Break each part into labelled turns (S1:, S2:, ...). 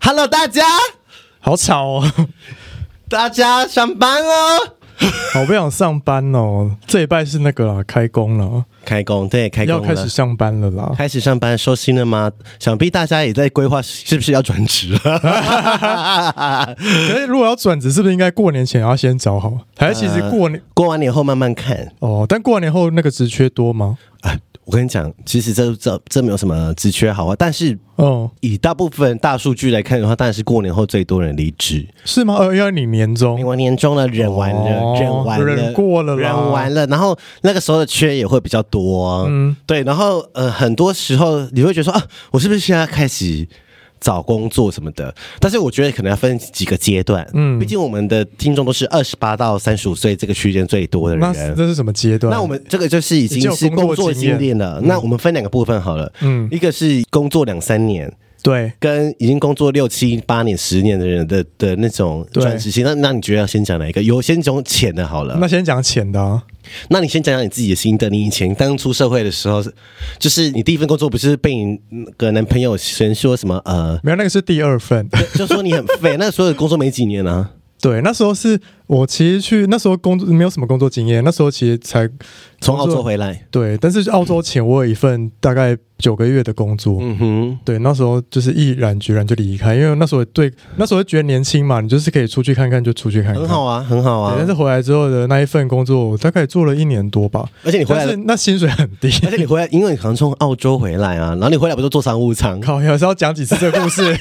S1: Hello， 大家，
S2: 好吵哦！
S1: 大家上班了，
S2: 好不想上班哦。这礼拜是那个啦，开工了，
S1: 开工对，开工了，
S2: 要开始上班了啦。
S1: 开始上班收心了吗？想必大家也在规划是不是要转职了。
S2: 可是如果要转职，是不是应该过年前要先找好？还是其实
S1: 过完年后慢慢看？
S2: 哦，但过完年后那个职缺多吗？
S1: 我跟你讲，其实这没有什么职缺好啊，但是以大部分大数据来看的话，当然是过年后最多人离职，
S2: 是吗？因为你年终，
S1: 你完年终了，忍完了，
S2: 忍过了啦，
S1: 忍完了，然后那个时候的缺也会比较多，对，然后很多时候你会觉得说啊，我是不是现在开始找工作什么的？但是我觉得可能要分几个阶段，毕竟我们的听众都是28到35岁这个区间最多的人。
S2: 那这是什么阶段？
S1: 那我们这个就是已经是工作经验了。那我们分两个部分好了，一个是工作2-3年。对，跟已经工作6、7、8年、10年的人的那种转职性，那你觉得要先讲哪一个？有先讲浅的好了。
S2: 那先讲浅的啊。
S1: 那你先讲讲你自己的心得。你以前刚出社会的时候，就是你第一份工作不是被你个男朋友先说什么？
S2: 没有，那个是第二份，
S1: 就说你很废。那时候工作没几年啊。
S2: 对，那时候是我其实去那时候工作没有什么工作经验，那时候其实才
S1: 从澳洲回来。对，
S2: 但是澳洲前我有一份大概9个月的工作，对，那时候就是毅然决然就离开，因为那时候觉得年轻嘛，你就是可以出去看看就出去看看，
S1: 很好啊，很好啊。
S2: 但是回来之后的那一份工作，我大概做了1年多吧，
S1: 而且你回来
S2: 那薪水很低，
S1: 而且你回来，因为你可能从澳洲回来啊，然后你回来不是做商务舱？
S2: 靠，还是要讲几次这个故事，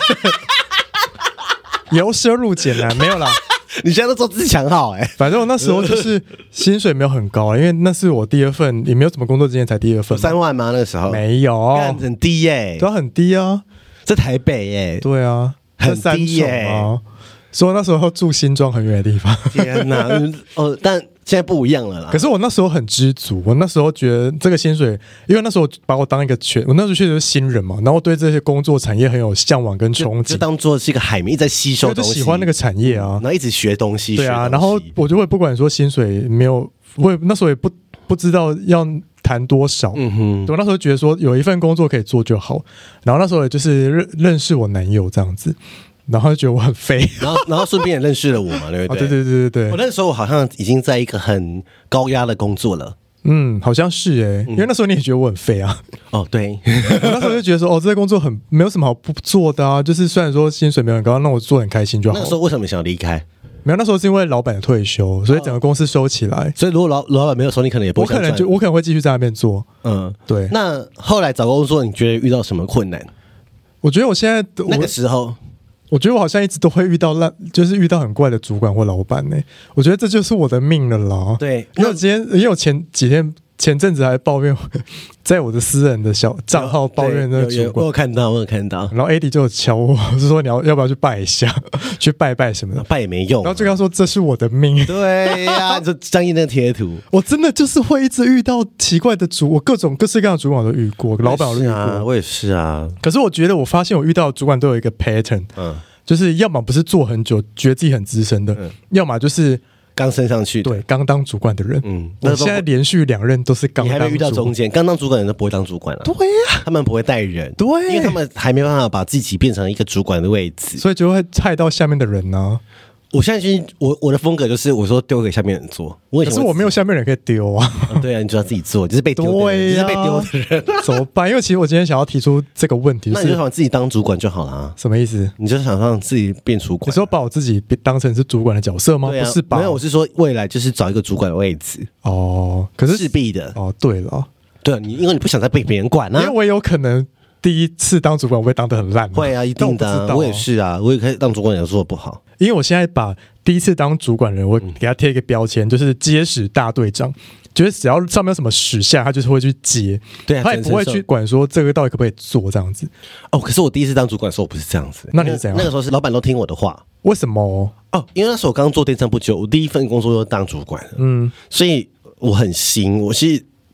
S2: 由奢入俭难，没有啦。
S1: 你现在都做自强号
S2: 反正我那时候就是薪水没有很高，因为那是我第二份，也没有什么工作经验，才第二份。
S1: 3万吗？那个时候
S2: 没有，
S1: 很低耶，
S2: 都很低啊，
S1: 在台北耶，
S2: 对啊，
S1: 很低耶，
S2: 所以我那时候住新庄很远的地方。
S1: 天哪，但现在不一样了啦。
S2: 可是我那时候很知足，我那时候觉得这个薪水，因为那时候把我当一个我那时候确实是新人嘛，然后对这些工作产业很有向往跟憧憬，
S1: 就当做是一个海绵，一直在吸收东西，
S2: 就喜欢那个产业啊，
S1: 然后一直学东西。
S2: 对啊，然后我就会不管说薪水没有，我那时候也不知道要谈多少，我那时候觉得说有一份工作可以做就好，然后那时候也就是认识我男友这样子。然后就觉得我很废，
S1: 然后顺便也认识了我嘛，对不对？
S2: 对。
S1: 我那时候我好像已经在一个很高压的工作了，
S2: 好像是因为那时候你也觉得我很废啊。
S1: 哦，对，
S2: 我那时候就觉得说，这个工作没有什么好不做的啊，就是虽然说薪水没有很高，那我做得很开心就好。
S1: 那时候为什么想离开？
S2: 没有，那时候是因为老板的退休，所以整个公司收起来。
S1: 所以如果老板没有收，你可能也不会。
S2: 我可能会继续在那边做。对。
S1: 那后来找工作，你觉得遇到什么困难？
S2: 我觉得我现在
S1: 那个时候。
S2: 我觉得我好像一直都会遇到就是遇到很怪的主管或老板我觉得这就是我的命了啦。
S1: 对，
S2: 因为我前阵子还抱怨，在我的私人的小账号抱怨那个主管，
S1: 我有看到，
S2: 然后 AD 就有敲我，是说你要不要去拜一下，去拜什么的，
S1: 拜也没用，
S2: 然后就跟他说这是我的命。
S1: 对呀，就张毅那个贴图，
S2: 我真的就是会一直遇到奇怪的我各式各样的主管都遇过，老板我都遇过，
S1: 我也是啊。
S2: 可是我发现我遇到的主管都有一个 pattern，就是要么不是做很久，觉得自己很资深的，要么就是
S1: 刚升上去的，
S2: 对，刚当主管的人。我现在连续2任都是刚当主管。
S1: 你还没遇到中间，刚当主管的人都不会当主管了。
S2: 对呀，
S1: 他们不会带人，
S2: 对，
S1: 因为他们还没办法把自己变成一个主管的位置，
S2: 所以就会害到下面的人呢。
S1: 我现在我的风格就是我说丢给下面人做，可
S2: 是我没有下面人可以丢啊。
S1: 对啊，你就要自己做，就是被丢的人，就是被丢的人，
S2: 怎么办？因为其实我今天想要提出这个问题，
S1: 那你就想自己当主管就好了。
S2: 什么意思？
S1: 你就想让自己变主管？
S2: 你说把我自己当成是主管的角色吗？不是吧？
S1: 没有，我是说未来就是找一个主管的位置
S2: 哦。可是
S1: 势必的
S2: 哦。对了，
S1: 对，因为你不想再被别人管啊。
S2: 因为我有可能第一次当主管我会当得很烂。
S1: 会啊，一定的。我也是啊，我也可以当主管，也做得不好。
S2: 因为我现在把第一次当主管的人，我给他贴一个标签，就是结实大队长，就是只要上面有什么实下，他就是会去接，
S1: 对啊，
S2: 他也不会去管说这个到底可不可以做这样子。
S1: 可是我第一次当主管的时候，我不是这样子。
S2: 那你是怎样？
S1: 那个时候是老板都听我的话。
S2: 为什么？
S1: 因为那时候我刚做电商不久，我第一份工作就当主管了，所以我很新，我是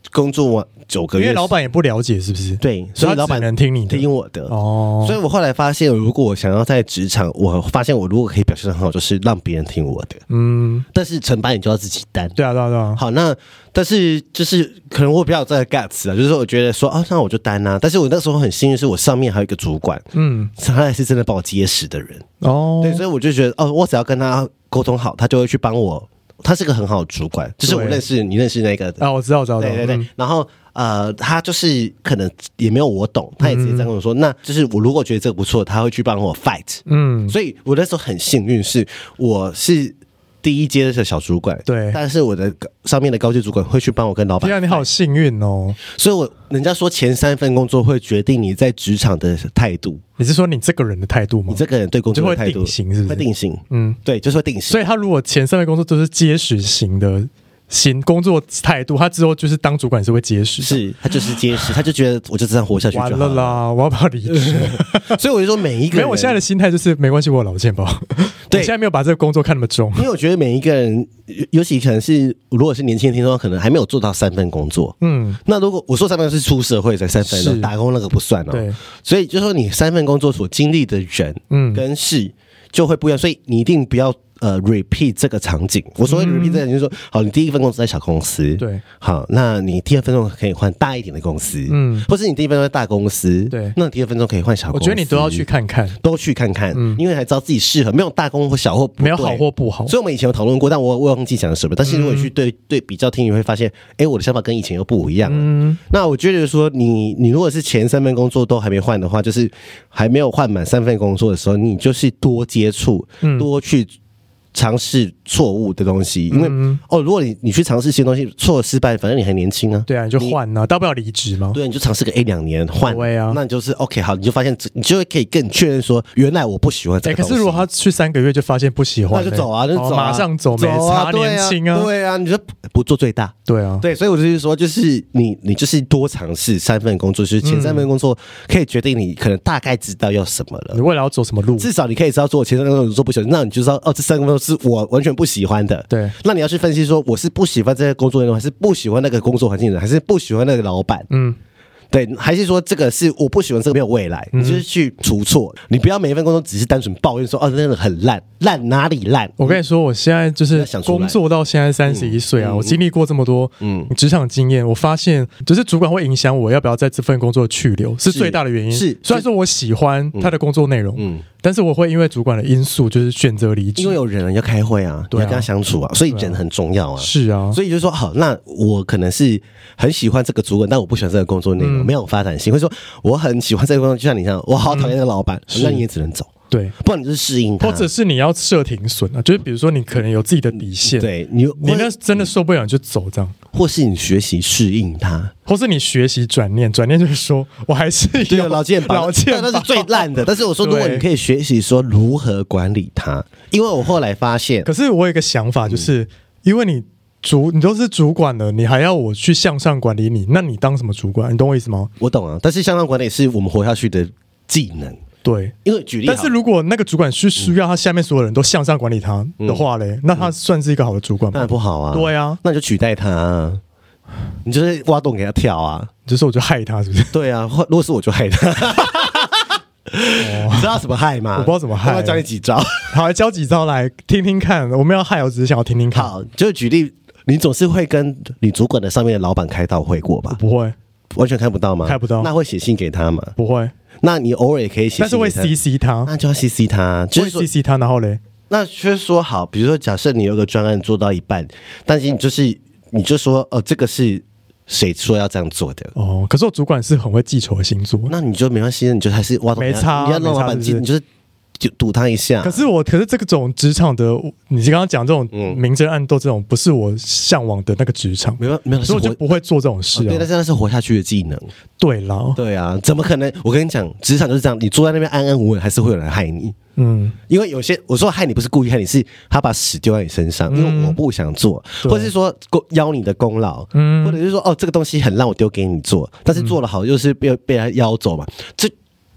S1: 工作完9个月，
S2: 因为老板也不了解是不是？
S1: 对，所以老板
S2: 能听你的，
S1: 听我的
S2: 哦。
S1: 所以我后来发现，如果我想要在职场，我发现我如果可以表现得很好，就是让别人听我的。但是成败你就要自己担。
S2: 对啊，对啊，对啊。
S1: 好，那但是就是可能我比较有这个 guts 啊，就是说我觉得说那我就担啊。但是我那时候很幸运，是我上面还有一个主管，他也是真的帮我结识的人哦。对，所以我就觉得我只要跟他沟通好，他就会去帮我。他是个很好的主管，就是我你认识那个
S2: 啊，我知道，
S1: 对对对。然后他就是可能也没有我懂，他也直接这样跟我说，那就是我如果觉得这个不错，他会去帮我 fight。所以我那时候很幸运，是我是第一阶的小主管，
S2: 对，
S1: 但是我的上面的高阶主管会去帮我跟老板。
S2: 对啊，你好幸运哦！
S1: 所以人家说前3份工作会决定你在职场的态度。
S2: 你是说你这个人的态度吗？
S1: 你这个人对工作的态度
S2: 就会定型，是不是？
S1: 会定型，对，就是会定型。
S2: 所以他如果前3份工作都是结实型的工作态度，他之后就是当主管是会结实，
S1: 是他就是结实，他就觉得我就这样活下去就好了。
S2: 完了啦，我要不要离职？
S1: 所以我就说每一个人，
S2: 没有，我现在的心态就是没关系，我有劳健保。对，我现在没有把这个工作看那么重，
S1: 因为我觉得每一个人，尤其可能是如果是年轻的听众，可能还没有做到3份工作。那如果我说3份是出社会才3份，打工那个不算哦。对，所以就说你3份工作所经历的人，跟事就会不一样，所以你一定不要。repeat 这个场景，我所谓 repeat 这个就是说，好，你第一份工作在小公司，
S2: 对，
S1: 好，那你第2份工作可以换大一点的公司，或是你第1份工作在大公司，对，那你第2份工作可以换小公司。
S2: 我觉得你都要去看看，
S1: 都去看看，因为才知道自己适合，没有大公或小或
S2: 没有好或不好。
S1: 所以我们以前有讨论过，但我忘记讲什么。但是如果你去对比较听，你会发现，我的想法跟以前又不一样了。那我觉得说，你如果是前3份工作都还没换的话，就是还没有换满3份工作的时候，你就是多接触，多去。尝试错误的东西，因为如果你去尝试新东西，错了失败，反正你还年轻啊，
S2: 对啊，你就换啊，大不了离职嘛。
S1: 对，你就尝试个1-2年换，
S2: 对啊，
S1: 那你就是 OK 好，你就发现你就会可以更确认说，原来我不喜欢这个东西。
S2: 可是如果他去3个月就发现不喜欢，
S1: 那就走啊，
S2: 马上走，没差，年轻啊，
S1: 对啊，你就不做最大，
S2: 对啊，
S1: 对，所以我就是说，就是你就是多尝试3份工作，就是前3份工作可以决定你可能大概知道要什么了。
S2: 你未来要走什么路，
S1: 至少你可以知道做前3份工作做不喜欢，那你就知道这3份工作是我完全不喜欢的。
S2: 对，
S1: 那你要去分析说，我是不喜欢这些工作内容，还是不喜欢那个工作环境的人，还是不喜欢那个老板？对，还是说这个是我不喜欢，这个没有未来，你就是去除错，你不要每一份工作只是单纯抱怨说那个很烂，烂哪里烂？
S2: 我跟你说，我现在就是工作到现在31岁啊，我经历过这么多职场经验，我发现就是主管会影响我要不要在这份工作去留，是最大的原因。是，虽然说我喜欢他的工作内容，但是我会因为主管的因素就是选择离职，
S1: 因为有人要开会啊，要跟他相处啊，所以人很重要啊。
S2: 是啊，
S1: 所以就说好，那我可能是很喜欢这个主管，但我不喜欢这个工作内容，没有发展性。或者说我很喜欢这个工作，就像你这样，我好讨厌那个老板，那你也只能走。
S2: 对，
S1: 不然你就是适应他，
S2: 或者是你要设停损啊，就是比如说你可能有自己的底线，
S1: 对你
S2: 那真的受不了你就走这样，
S1: 或是你学习适应他，
S2: 或是你学习转念就是说我还是有
S1: 劳健保，那是最烂的。但是我说，如果你可以学习说如何管理它，因为我后来发现，
S2: 可是我有一个想法，就是因为你都是主管了，你还要我去向上管理你，那你当什么主管？你懂我意思吗？
S1: 我懂啊，但是向上管理是我们活下去的技能。
S2: 对，
S1: 因为举例，
S2: 但是如果那个主管是需要他下面所有人都向上管理他的话嘞，那他算是一个好的主管吗？
S1: 当然不好啊。
S2: 对啊，
S1: 那你就取代他啊，你就是挖洞给他跳啊，
S2: 就是我就害他，是不是？
S1: 对啊，如果是我就害他。你知道怎么害吗？
S2: 我不知道怎么害，
S1: 我要教你几招。
S2: 好，来教几招来听听看。我没有害，我只是想要听听看。
S1: 好，就举例，你总是会跟你主管的上面的老板开到会过吧？
S2: 不会，
S1: 完全看不到吗？
S2: 看不到。
S1: 那会写信给他吗？
S2: 不会。
S1: 那你偶尔也可以写信给他，
S2: 但是会 CC 他，
S1: 那就要 CC 他，
S2: 就是说 CC 他，然后嘞，
S1: 那就是说好，比如说假设你有个专案做到一半，但是你就说这个是谁说要这样做的？哦，
S2: 可是我主管是很会记仇的星座，
S1: 那你就没关系，你就还是挖洞，
S2: 没差，
S1: 你要让老板记，你就是就堵他一下。
S2: 可是这种职场的，你刚刚讲这种明争暗斗这种，不是我向往的那个职场，
S1: 没有，
S2: 所以我就不会做这种事啊。
S1: 对，但是那是活下去的技能。
S2: 对啦，
S1: 对啊，怎么可能？我跟你讲，职场就是这样，你坐在那边安安稳稳，还是会有人害你。因为有些我说害你不是故意害你，是他把屎丢在你身上，因为我不想做，或者是说邀你的功劳，或者是说这个东西很烂，我丢给你做，但是做得好又是被他邀走嘛，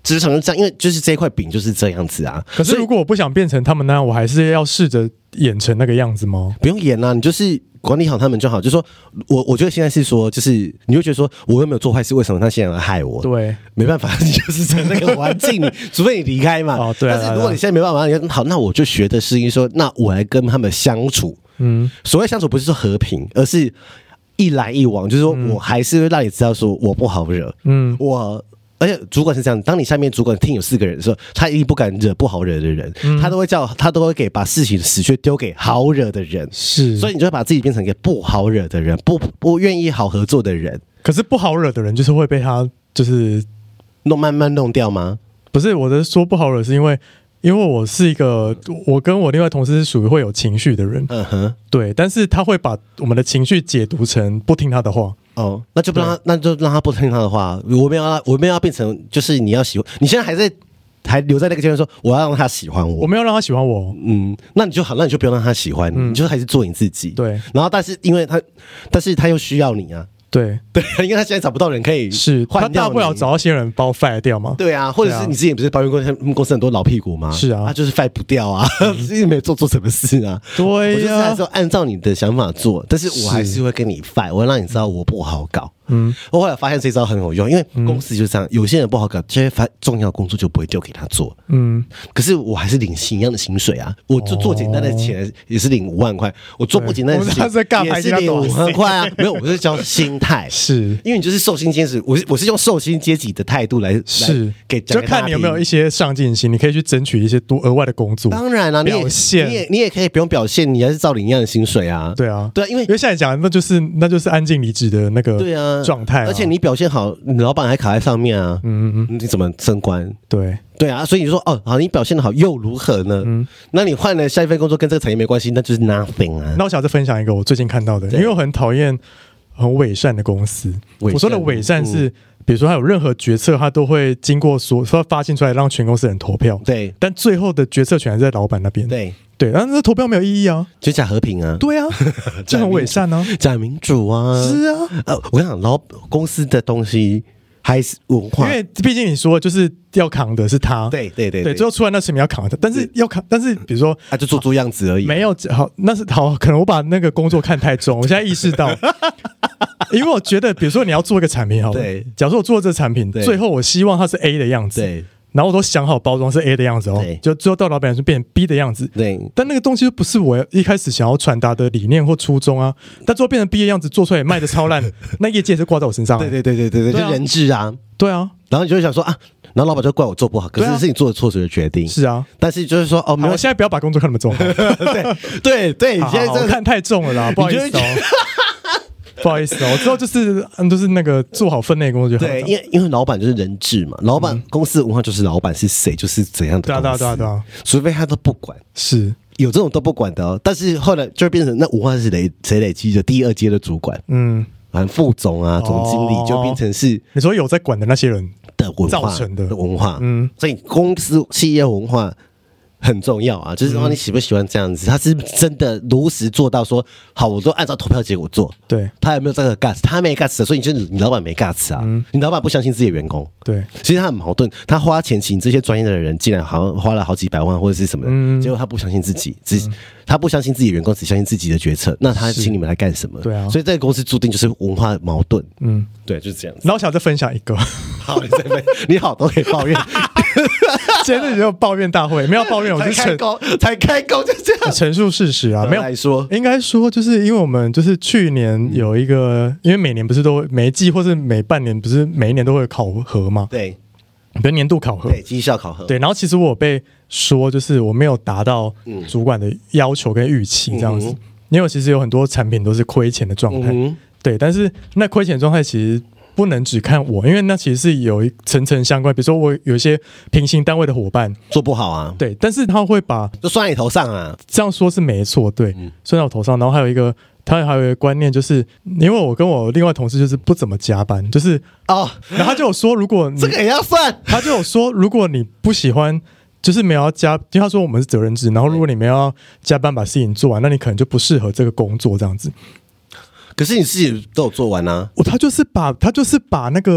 S1: 职场就这样，因为就是这块饼就是这样子啊。
S2: 可是如果我不想变成他们那样，我还是要试着演成那个样子吗？
S1: 不用演啊，你就是管理好他们就好。就是说我觉得现在是说，就是你会觉得说我又没有做坏事，为什么他现在来害我？
S2: 对，
S1: 没办法，你就是在那个环境里，除非你离开嘛。
S2: 哦，对啊。
S1: 但是如果你现在没办法，你好，那我就学的是说，那我来跟他们相处。所谓相处不是说和平，而是一来一往，就是说我还是会让你知道说我不好惹。而且主管是这样，当你下面主管听有4个人的时候，他一定不敢惹不好惹的人，他都会给把事情的死穴丢给好惹的人，
S2: 是，
S1: 所以你就会把自己变成一个不好惹的人，不愿意好合作的人。
S2: 可是不好惹的人就是会被他就是
S1: 慢慢弄掉吗？
S2: 不是，我的说不好惹是因为我是一个，我跟我另外同事是属于会有情绪的人，对，但是他会把我们的情绪解读成不听他的话。哦，
S1: 那就让他不听他的话。我没有要变成就是你要喜欢，你现在还留在那个阶段说我要让他喜欢我，
S2: 我没有让他喜欢我。
S1: 那你就好，那你就不要让他喜欢你，你就还是做你自己。
S2: 对，
S1: 然后但是他又需要你啊。
S2: 对，
S1: 因为他现在找不到人可以
S2: 是他大不了找到新人把我 fire 掉嘛。
S1: 对啊，或者是你之前不是抱怨过公司很多老屁股吗？
S2: 是啊，
S1: 他就是 fire 不掉啊，因为没有做什么事啊。
S2: 对呀，
S1: 我就是还是按照你的想法做，但是我还是会跟你 fire，我会让你知道我不好搞。我后来发现这招很有用，因为公司就是这样，有些人不好搞，这些重要工作就不会丢给他做。可是我还是领一样的薪水啊，我就做简单的钱也是领5万块，我做不简单的事情也是领5万块啊。没有，我是教心态，
S2: 是
S1: 因为你就是受薪阶级，我是用受薪阶级的态度来
S2: 就看你有没有一些上进心，你可以去争取一些多额外的工作。
S1: 当然啦，你也可以不用表现，你还是照领一样的薪水啊。
S2: 对啊，
S1: 对啊，因为
S2: 现在讲那就是安静离职的那个
S1: 对啊
S2: 状态，
S1: 而且你表现好，你老板还卡在上面啊。你怎么升官？对啊，所以你说好，你表现的好又如何呢？那你换了下一份工作跟这个产业没关系，那就是 nothing 啊。
S2: 那我想再分享一个我最近看到的，因为我很讨厌很伪善的公司。我说的伪善是，比如说他有任何决策，他都会经过发行出来让全公司人投票，
S1: 对，
S2: 但最后的决策权还是在老板那边，
S1: 对，
S2: 但是投票没有意义啊，
S1: 就假和平啊，
S2: 对啊，就很伪善啊，
S1: 假民主啊，
S2: 是啊，
S1: 我跟你讲，公司的东西还是文化，
S2: 因为毕竟你说就是要扛的是他，
S1: 对，
S2: 最后出来那成品要扛的，但是但是比如说
S1: 他就做样子而已，
S2: 没有好，那是好，可能我把那个工作看太重，我现在意识到。因为我觉得，比如说你要做一个产品，好了，假如说我做这个产品，最后我希望它是 A 的样子，然后我都想好包装是 A 的样子哦，就最后到老板就变成 B 的样子，但那个东西就不是我一开始想要传达的理念或初衷啊，但最后变成 B 的样子，做出来也卖的超烂，那业界是挂在我身上，
S1: 对，就人质啊，
S2: 对啊，
S1: 然后你就会想说啊，然后老板就怪我做不好，可是是你做的错的决定，是
S2: 啊，
S1: 但是就是说没有，
S2: 我现在不要把工作看那么重，
S1: 对，你现在真的
S2: 看太重了啦，不好意思哦。不好意思我之后就是那个做好分内工作就好。
S1: 对，因为老板就是人质嘛，老板公司的文化就是老板是谁就是怎样的公司，对啊，除非他都不管，是有这种都不管的但是后来就变成那文化是谁累积的第2阶的主管，副总啊，总经理就变成是
S2: 你说有在管的那些人
S1: 的文化
S2: 造成的
S1: 文化，所以公司企业文化。很重要啊，就是说你喜不喜欢这样子，他是真的如实做到说好，我都按照投票结果做。对，他有没有这个 guts？ 他没 guts， 所以你老板没 guts 啊，你老板不相信自己的员工。对，其实他很矛盾，他花钱请这些专业的人进来，好像花了好几百万或者是什么的，结果他不相信自己，他不相信自己的员工，只相信自己的决策，那他请你们来干什么？对啊，所以这个公司注定就是文化矛盾。对，就是这样子。
S2: 然后我想再分享一个，
S1: 好，你好都可以抱怨。
S2: 今天只有抱怨大会，没有抱怨，我是
S1: 才开工就这样
S2: 陈述事实啊，没有
S1: 来说，
S2: 应该说就是因为我们就是去年有一个，因为每年不是都每一季或是每半年不是每一年都会考核嘛，对，比如年度考核，
S1: 对，绩效考核，
S2: 对，然后其实我有被说就是我没有达到主管的要求跟预期这样子，因为我其实有很多产品都是亏钱的状态，对，但是那亏钱状态其实。不能只看我，因为那其实是有一层层相关。比如说，我有一些平行单位的伙伴
S1: 做不好啊，
S2: 对，但是他会把
S1: 就算你头上啊，
S2: 这样说是没错，对，算在我头上。然后还有一个观念，就是因为我跟我另外同事就是不怎么加班，就是然后他就有说，如果
S1: 这个也要算，
S2: 他就有说，如果你不喜欢。就是没有要加，因为他说我们是责任制，然后如果你没有要加班把事情做完，那你可能就不适合这个工作这样子。
S1: 可是你事情都有做完啊，
S2: 他就是把那个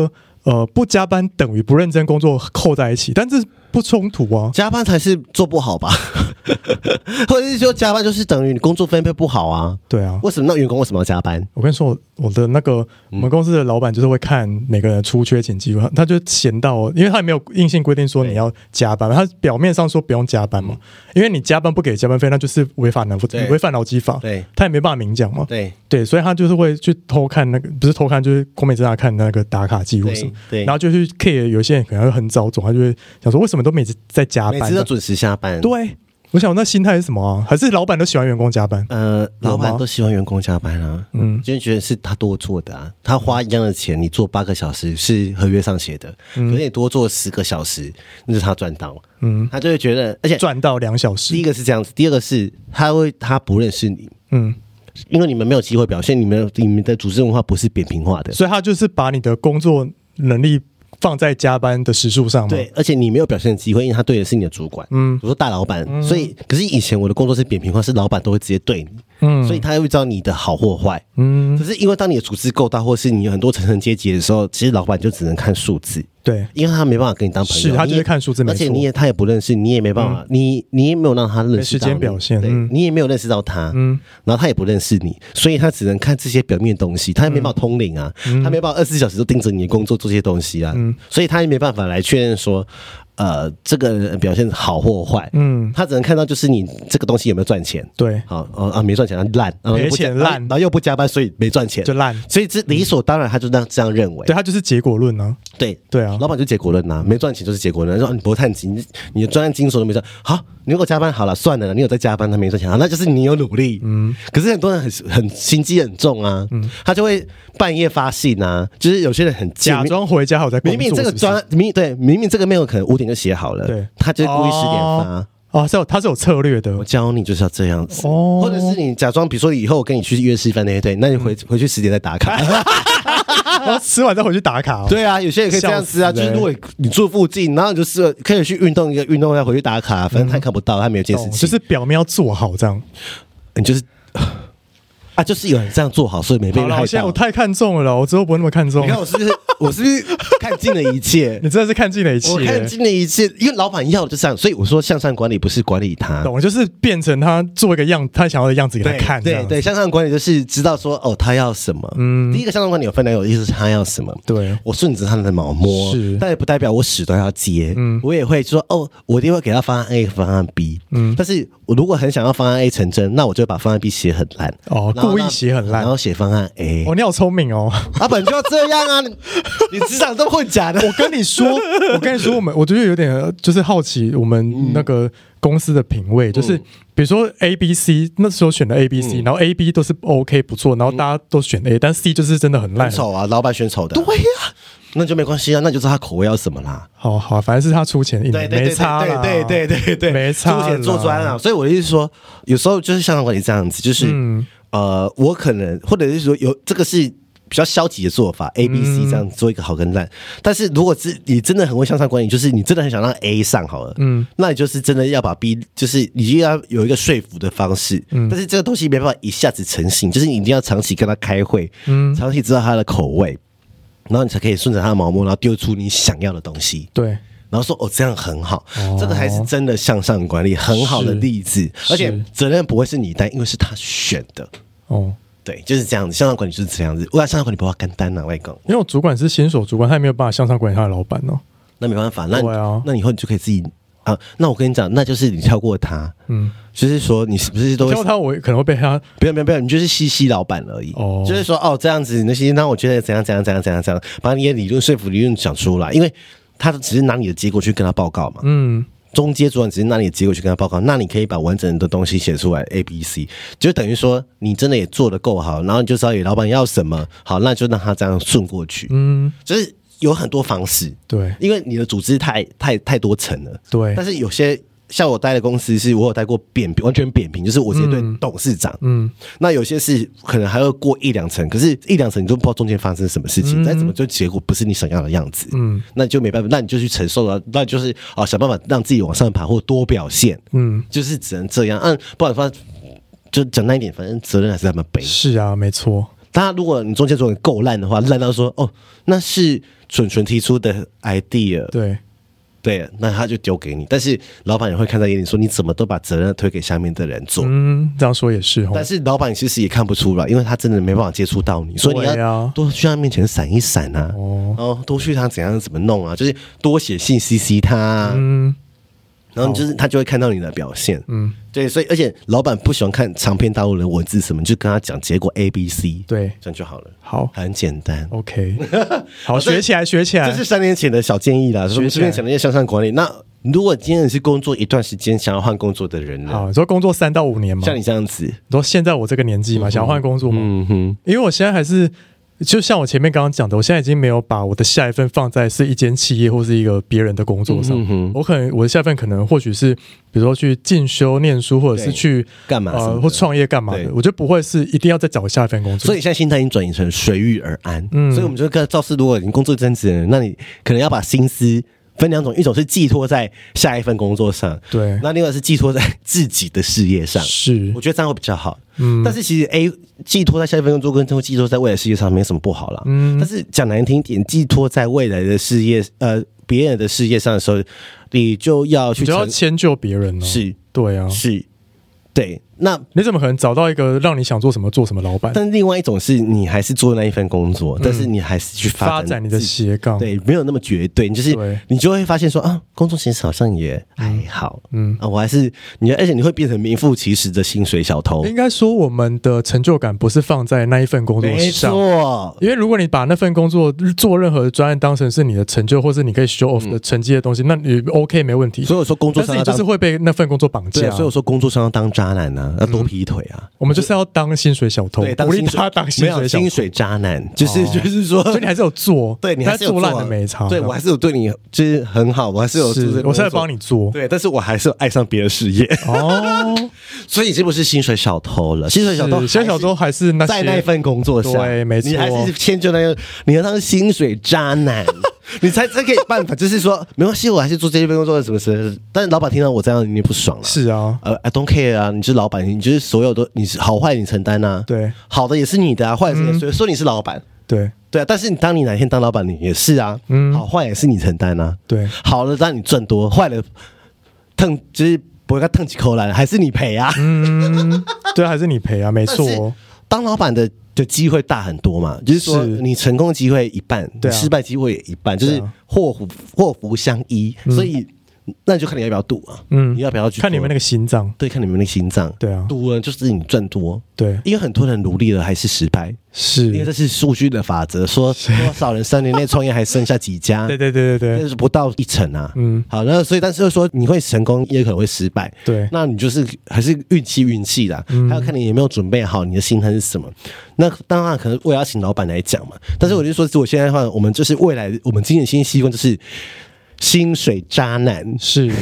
S2: 不加班等于不认真工作扣在一起，但这不冲突啊。
S1: 加班才是做不好吧？或者是说加班就是等于你工作分配不好啊？
S2: 对啊，
S1: 为什么那员工为什么要加班？
S2: 我跟你说，我的那个我们公司的老板就是会看每个人出缺勤记录，他就闲到，因为他也没有硬性规定说你要加班，他表面上说不用加班嘛，因为你加班不给加班费，那就是违反劳基法，
S1: 对，
S2: 他也没办法明讲嘛，
S1: 对，
S2: 所以他就是会去偷看那个，不是偷看，就是国美侦查看那个打卡记录什么，
S1: 对，
S2: 然后就去 care 有些人可能会很早走，他就会想说为什么都每次在加班，
S1: 每次都准时下班，
S2: 对。我想那心态是什么啊？还是老板都喜欢员工加班？
S1: 老板都喜欢员工加班啊。就觉得是他多做的啊。他花一样的钱，你做8个小时是合约上写的，可是你多做10个小时，那就是他赚到。他就会觉得，而且
S2: 赚到2小时。
S1: 第一个是这样子，第二个是他不认识你。因为你们没有机会表现，你们的组织文化不是扁平化的，
S2: 所以他就是把你的工作能力放在加班的时数上吗？
S1: 对，而且你没有表现的机会，因为他对的是你的主管，比如说大老板，所以可是以前我的工作是扁平化，是老板都会直接对你，所以他会知道你的好或坏，可是因为当你的组织够大，或是你有很多层层阶级的时候，其实老板就只能看数字。对，因为他没办法跟你当朋友，
S2: 是他就是看数字，
S1: 而且他也不认识你，也没办法，你也没有让他认识到你，
S2: 时间表现，
S1: 你也没有认识到他，然后他也不认识你，所以他只能看这些表面的东西，他也没办法通灵啊，他没办法24小时都盯着你的工作做这些东西啊，所以他也没办法来确认说。这个人表现好或坏，他只能看到就是你这个东西有没有赚钱，对，好没赚钱，烂，
S2: 赔钱烂，
S1: 然后又不加班，所以没赚钱，
S2: 就烂，
S1: 所以这理所当然，他就这样认为，
S2: 对他就是结果论啊，对啊，
S1: 老板就结果论啊，没赚钱就是结果论，说你不会探金，你的专案金手都没赚，好，你如果加班好了算了，你有在加班，他没赚钱，好，那就是你有努力，可是很多人很心机很重啊，他就会半夜发信啊，就是有些人很
S2: 假装回家还有在工作，
S1: 明明这个明明这个 mail 可能5点就写好了，对，他就故意10点发。
S2: 他是有策略的。
S1: 我教你就是要这样子，或者是你假装，比如说以后我跟你去约吃饭那一对，那你回去10点再打卡，
S2: 然后吃完再回去打卡。
S1: 对啊，有些人可以这样子啊，就是如果你住附近，然后你就是可以去运动再回去打卡，反正他看不到，他没有监视器，
S2: 就是表面要做好这样，
S1: 你就是。就是有人这样做好，所以没被害到。
S2: 现在我太看重了，我之后不会那么看重。
S1: 你看我是不是看尽了一切？
S2: 你真的是看尽了一切，
S1: 我看尽了一切，因为老板要的就这样，所以我说向上管理不是管理他，
S2: 懂了，就是变成他做一个他想要的样子给他看。
S1: 对，向上管理就是知道说他要什么。第一个向上管理有分两种意思，是他要什么。对，我顺着他的毛摸，但也不代表我屎都要接。我也会说我一定会给他方案 A 方案 B。但是我如果很想要方案 A 成真，那我就会把方案 B 写很烂。
S2: 故意写很烂，
S1: 然后写方案 A。
S2: 你好聪明哦！
S1: 本就要这样啊！你职场这么混假的。
S2: 我跟你说，我觉得有点就是好奇我们那个公司的品味，就是比如说 A、B、C， 那时候选的 A、B、C， 然后 A、B 都是 OK 不错，然后大家都选 A，但 C 就是真的很烂，
S1: 很丑啊！老板选丑的。对呀。那就没关系啊，那就知道他口味要什么啦。
S2: 好，反正是他出钱，没差啦，
S1: 对，
S2: 没差，
S1: 出钱做专啊。所以我的意思说，有时候就是向上管理这样子，就是我可能或者是说有这个是比较消极的做法 ，A、B、C 这样做一个好跟烂。但是如果你真的很会向上管理，就是你真的很想让 A 上好了，那你就是真的要把 B， 就是你就要有一个说服的方式。但是这个东西没办法一下子成型，就是你一定要长期跟他开会，长期知道他的口味。然后你才可以顺着他的毛摸，然后丢出你想要的东西。对，然后说这样很好，这个才是真的向上管理很好的例子。而且责任不会是你担，因为是他选的。对，就是这样子，向上管理就是这样子。我向上管理不要干单啊，外公。因
S2: 为我主管是新手主管，他也没有办法向上管理他的老板哦。
S1: 那没办法，那以后你就可以自己那我跟你讲，那就是你跳过他。就是说你是不是都会
S2: 跳他，我可能会被他
S1: 不要，你就是西老板而已。就是说这样子那些，那我觉得怎样，把你的理论讲出来，因为他只是拿你的结果去跟他报告嘛。中阶主管只是拿你的结果去跟他报告，那你可以把完整的东西写出来 A、B、C， 就等于说你真的也做得够好，然后你就知道老板要什么，好，那就让他这样顺过去。就是有很多方式，对，因为你的组织太多层了，对。但是有些像我待的公司是我有待过完全扁平，就是我直接对董事长，那有些是可能还要过1-2层，可是1-2层你都不知道中间发生什么事情，但怎么就结果不是你想要的样子，那你就没办法，那你就去承受了，那就是想办法让自己往上爬或多表现，就是只能这样，不然的话就讲那一点，反正责任还是他们背，
S2: 是啊，没错。
S1: 当然，如果你中间做的够烂的话，烂到说哦，那是蠢蠢提出的 idea， 对，那他就丢给你。但是老板也会看在眼里，说你怎么都把责任推给下面的人做。
S2: 这样说也是。
S1: 但是老板其实也看不出来，因为他真的没办法接触到你，所以你要多去他面前闪一闪啊，然后多去他怎么弄啊，就是多写信 CC 他啊。然后就是他就会看到你的表现，对，所以而且老板不喜欢看长篇大论的文字什么，你就跟他讲结果 A、B、C， 对，这样就好了。
S2: 好，
S1: 很简单。
S2: OK， 好，学起来。这
S1: 是3年前的小建议啦，我们这边讲的一些向上管理。那如果今天你是工作一段时间想要换工作的人呢？
S2: 好，你说工作3到5年吗？
S1: 像你这样子，
S2: 你说现在我这个年纪嘛，想要换工作吗？因为我现在还是。就像我前面刚刚讲的，我现在已经没有把我的下一份放在是一间企业或是一个别人的工作上。我的下一份可能或许是比如说去进修念书，或者是去
S1: 干嘛
S2: 或创业干嘛的，我就不会是一定要再找下一份工作。
S1: 所以现在心态已经转移成随遇而安。所以我们就跟赵师，如果你工作一阵子的人，那你可能要把心思分2种，一种是寄托在下一份工作上，对，那另外是寄托在自己的事业上，是，我觉得这样会比较好。但是其实寄托在下一份工作跟寄托在未来事业上没什么不好啦。但是讲难听点，寄托在未来的事业别人的事业上的时候，你就要
S2: 迁就别人了。是，对啊，
S1: 是，对。那
S2: 你怎么可能找到一个让你想做什么做什么老板？
S1: 但另外一种是你还是做那一份工作，但是你还是去发展
S2: 你的斜杠，
S1: 对，没有那么绝对。你就会发现说啊，工作其实好像也还好，我还是而且你会变成名副其实的薪水小偷。
S2: 应该说我们的成就感不是放在那一份工作上，没错。因为如果你把那份工作做任何的专案当成是你的成就，或是你可以 show off 的成绩的东西，那你 OK 没问题。
S1: 所以我说工作上，
S2: 但是你就是会被那份工作绑架。
S1: 所以我说工作上要当渣男啊。要多劈腿啊！
S2: 我们就是要当薪水小偷，鼓励他当薪水小偷。
S1: 薪水渣男，就是说，
S2: 所以你还是有做，
S1: 对你还是有
S2: 做烂的没差。
S1: 对我还是有对你就是很好，我还是有，
S2: 我是在帮你做，
S1: 对，但是我还是有爱上别的事业哦。所以你这不是薪水小偷了，薪水小偷还是在那份工作上，
S2: 对，没错，
S1: 你还是迁就那个，你要当薪水渣男。你才可以办法，就是说没关系，我还是做这一份工作的什么事。但是老板听到我这样，你不爽了。
S2: 是啊
S1: ，I don't care 啊，你是老板，你就是所有都你是好坏你承担啊。对，好的也是你的啊，坏的也是说你是老板。对对啊，但是当你哪天当老板，你也是啊，好坏也是你承担啊。对，好的让你赚多，坏的就是不会给他腾几口来，还是你赔啊。
S2: 对，还是你赔啊，没错。
S1: 当老板的机会大很多嘛，就是说你成功的机会一半，失败机会也一半，就是祸福相依，所以那你就看你要不要赌啊，你要不要去
S2: 看你们那个心脏，
S1: 对，看你们那个心脏，对啊，赌了就是你赚多，对，因为很多人努力了还是失败，是因为这是数据的法则，说多少人3年内创业还剩下几家，对，那是不到1%啊，好，那所以但是说你会成功，也可能会失败，对，那你就是还是运气啦，还要看你有没有准备好你的心态是什么。那当然可能我也要请老板来讲嘛，但是我就说，我现在的话，我们就是未来我们今年新希望就是薪水渣男，是，你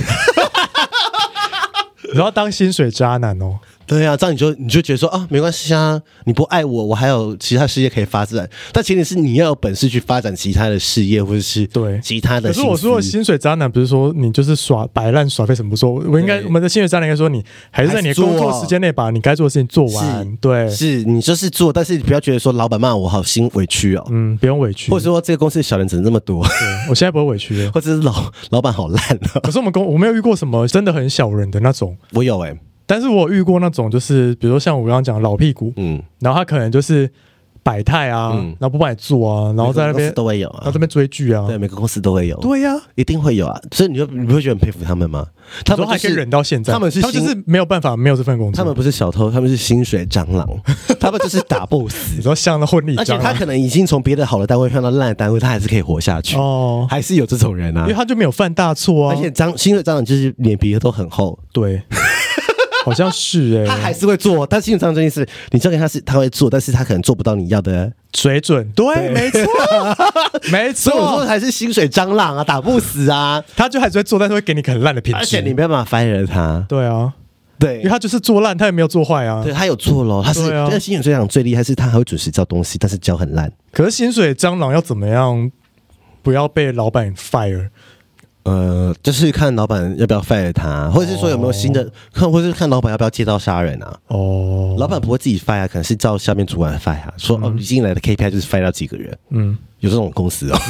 S2: 要当薪水渣男哦。
S1: 对啊，这样你就觉得说啊，没关系啊，你不爱我，我还有其他事业可以发展。但前提是你要有本事去发展其他的事业，或者是对其他的。
S2: 可是我说的薪水渣男不是说你就是摆烂耍废什么不说，我们的薪水渣男应该说你还是在你的工作时间内把你该做的事情做完。对，
S1: 是你就是做，但是你不要觉得说老板骂我好心委屈哦。
S2: 不用委屈，
S1: 或者说这个公司的小人怎么这么多？
S2: 我现在不会委屈，
S1: 或者是老板好烂啊。
S2: 可是我没有遇过什么真的很小人的那种，
S1: 我有
S2: 但是我有遇过那种，就是比如说像我刚刚讲的老屁股，然后他可能就是摆态啊，然后不帮你做啊，然后在那边
S1: 都会有啊，
S2: 然后这边追剧啊，
S1: 对，每个公司都会有，
S2: 对呀，
S1: 一定会有啊，所以你不会觉得很佩服他们吗？
S2: 他们还可以忍到现在，他们就是没有办法，没有这份工作，
S1: 他们不是小偷，他们是薪水蟑螂，他们就是打 boss，
S2: 你说像那婚礼，
S1: 而且他可能已经从别的好的单位换到烂的单位，他还是可以活下去哦，还是有这种人啊，
S2: 因为他就没有犯大错啊，
S1: 而且薪水蟑螂就是脸皮都很厚，
S2: 对。好像是
S1: 他还是会做，但薪水蟑螂这件事，你交给他会做，但是他可能做不到你要的
S2: 水准。对，没错，没错。
S1: 所以我说还是薪水蟑螂啊，打不死啊，
S2: 他就还是会做，但是会给你很烂的品质，
S1: 而且你没办法 fire 他。
S2: 对啊，
S1: 对，
S2: 因为他就是做烂，他也没有做坏啊。
S1: 对，他有做咯，他是这个薪水蟑螂最厉害是他还会准时交东西，但是交很烂。
S2: 可是薪水蟑螂要怎么样不要被老板 fire？
S1: 就是看老板要不要 fire 他，或者是说有没有新的，或者是看老板要不要借刀杀人啊。哦，老板不会自己 fire，可能是照下面主管 fire，说你进来的 KPI 就是 fire 到几个人。有这种公司哦。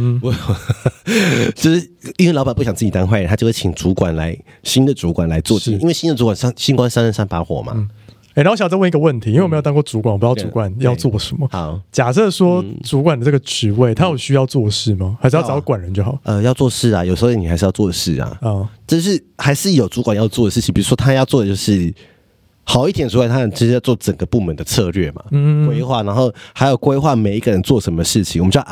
S1: 就是因为老板不想自己当坏人，他就会请新的主管来做，因为新的主管新官上任3把火嘛。
S2: 然后我想再问一个问题，因为我没有当过主管，我不知道主管要做什么。
S1: 好，
S2: 假设说主管的这个职位，他有需要做事吗？还是要找管人就好？
S1: 要做事啊，有时候你还是要做事啊。就是还是有主管要做的事情，比如说他要做的就是好一点主管，他直接要做整个部门的策略嘛，规划，然后还有规划每一个人做什么事情，我们叫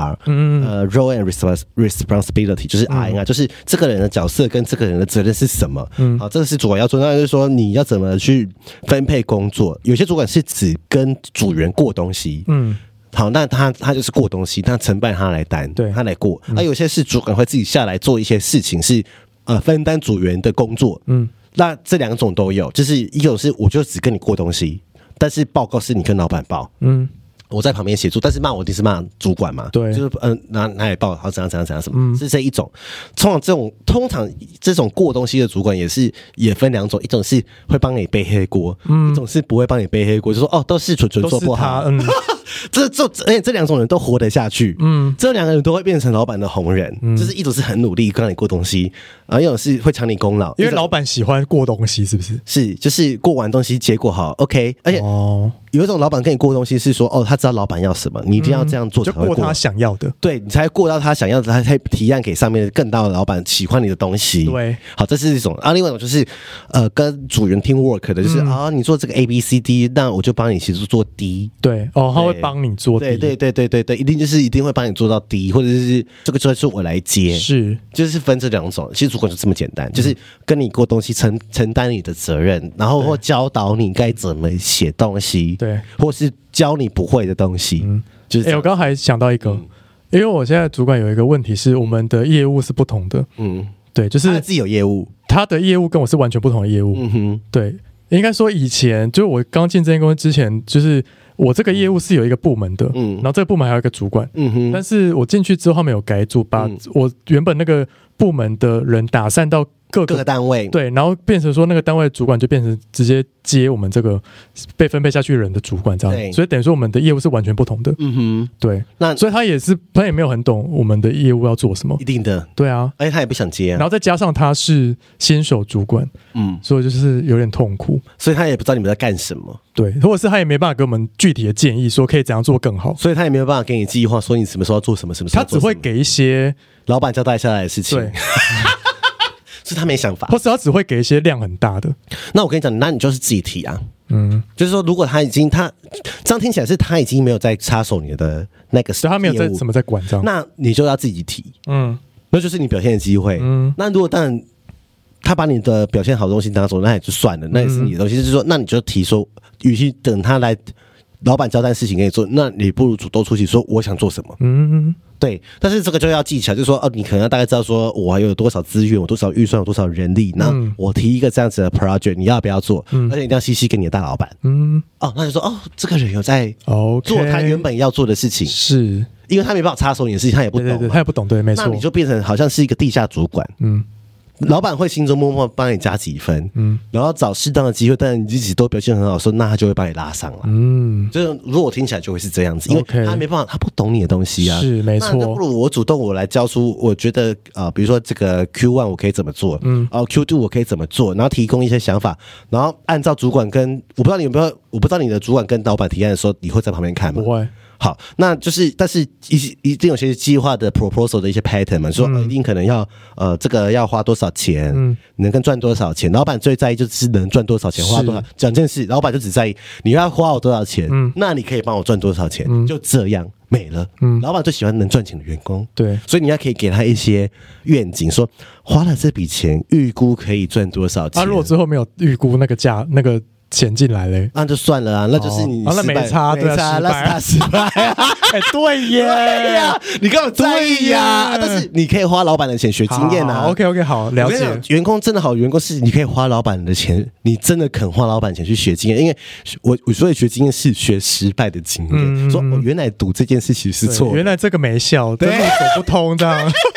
S1: RNR，role and responsibility， 就是 RNR，就是这个人的角色跟这个人的责任是什么。好，这个是主管要做，那就是说你要怎么去分配工作。有些主管是只跟组员过东西，好，那他就是过东西，那承办他来担，对，他来过。有些是主管会自己下来做一些事情，是分担组员的工作，那这2种都有，就是一种是我就只跟你过东西，但是报告是你跟老板报，我在旁边协助，但是骂我一定是骂主管嘛，对，就是拿来报，好怎样什么，是这一种。通常这种过东西的主管也分2种，一种是会帮你背黑锅，一种是不会帮你背黑锅，就说都是纯做不好。而且这2种人都活得下去，这2个人都会变成老板的红人，就是一种是很努力让你过东西，一种是会抢你功劳，
S2: 因为老板喜欢过东西，是不是？
S1: 是，就是过完东西结果好 ，OK， 而且有一种老板跟你过东西是说，他知道老板要什么，你一定要这样做才会
S2: 过，就过他想要的，
S1: 对，你才过到他想要的，他才提案给上面更大的老板喜欢你的东西。对，好，这是一种。另外一种就是跟组员 team work 的，就是你做这个 ABCD， 那我就帮你协助做 D。
S2: 对，他会帮你做 D。
S1: 对，一定会帮你做到 D， 或者是这个就是我来接，是，就是分这2种。其实主管就这么简单，就是跟你过东西，承担你的责任，然后或教导你该怎么写东西，对，或是教你不会的东西。就是
S2: 我刚刚还想到一个，因为我现在主管有一个问题是，我们的业务是不同的。对，就是
S1: 他自己有业务，
S2: 他的业务跟我是完全不同的业务。对，应该说以前就是我刚进这间公司之前，就是我这个业务是有一个部门的，然后这个部门还有一个主管，但是我进去之后他们有改组，把我原本那个部门的人打散到各个
S1: 单位，
S2: 对，然后变成说那个单位的主管就变成直接接我们这个被分配下去的人的主管这样，所以等于说我们的业务是完全不同的。对，那所以他也没有很懂我们的业务要做什么，
S1: 一定的，
S2: 对啊，
S1: 而且他也不想接
S2: 然后再加上他是新手主管，所以就是有点痛苦，
S1: 所以他也不知道你们在干什么，
S2: 对，或者是他也没办法给我们具体的建议，说可以怎样做更好，
S1: 所以他也没有办法给你计划，说你什么时候要做什么，什么时候
S2: 他只会给一些
S1: 老板交代下来的事情，对。是他没想法，
S2: 或是他只会给一些量很大的。
S1: 那我跟你讲，那你就是自己提啊。就是说，如果他这样听起来是他已经没有在插手你的那个，
S2: 他没有在怎么在管这样，
S1: 那你就要自己提。那就是你表现的机会。那如果当然他把你的表现好的东西拿走，那也就算了，那也是你的东西。就是说，那你就提说，与其等他来老板交代事情给你做，那你不如主动出去说我想做什么。对，但是这个就要技巧，就是说你可能要大概知道说我还有多少资源，我多少预算，有多少人力，那我提一个这样子的 project， 你要不要做？而且一定要CC给你的大老板。那就说这个人有在做他原本要做的事情，是因为他没办法插手你的事情，他也不懂，
S2: 对，他也不懂，对，没错，
S1: 那你就变成好像是一个地下主管。老板会心中默默帮你加几分，然后找适当的机会，但是你自己都表现很好的时候，那他就会把你拉上了。就是如果我听起来就会是这样子，因为他没办法，他不懂你的东西啊，
S2: 是没错。
S1: 那不如我主动我来教出，我觉得比如说这个 Q1 我可以怎么做，Q2 我可以怎么做，然后提供一些想法，然后按照主管跟我不知道你的主管跟老板提案的时候，你会在旁边看吗？
S2: 不会。
S1: 好，那就是但是一定有些计划的 proposal 的一些 pattern 嘛，说一定可能要这个要花多少钱，能跟赚多少钱，老板最在意就是能赚多少钱，花多少。讲件事，老板就只在意你要花我多少钱，那你可以帮我赚多少钱，就这样没了。老板最喜欢能赚钱的员工，对，所以你要可以给他一些愿景，说花了这笔钱预估可以赚多少钱。
S2: 如果之后没有预估那个价那个钱进来嘞，
S1: 那就算了啊，那就是你
S2: 那没差，对啊，
S1: 那是他失败啊。
S2: 对耶，
S1: 你干嘛在意呀？但是你可以花老板的钱学经验啊。
S2: OK， 好，了解。
S1: 员工真的好，员工是你可以花老板的钱，你真的肯花老板钱去学经验，因为我所以学经验是学失败的经验，说原来赌这件事情是错，
S2: 原来这个没效，这路走不通这样。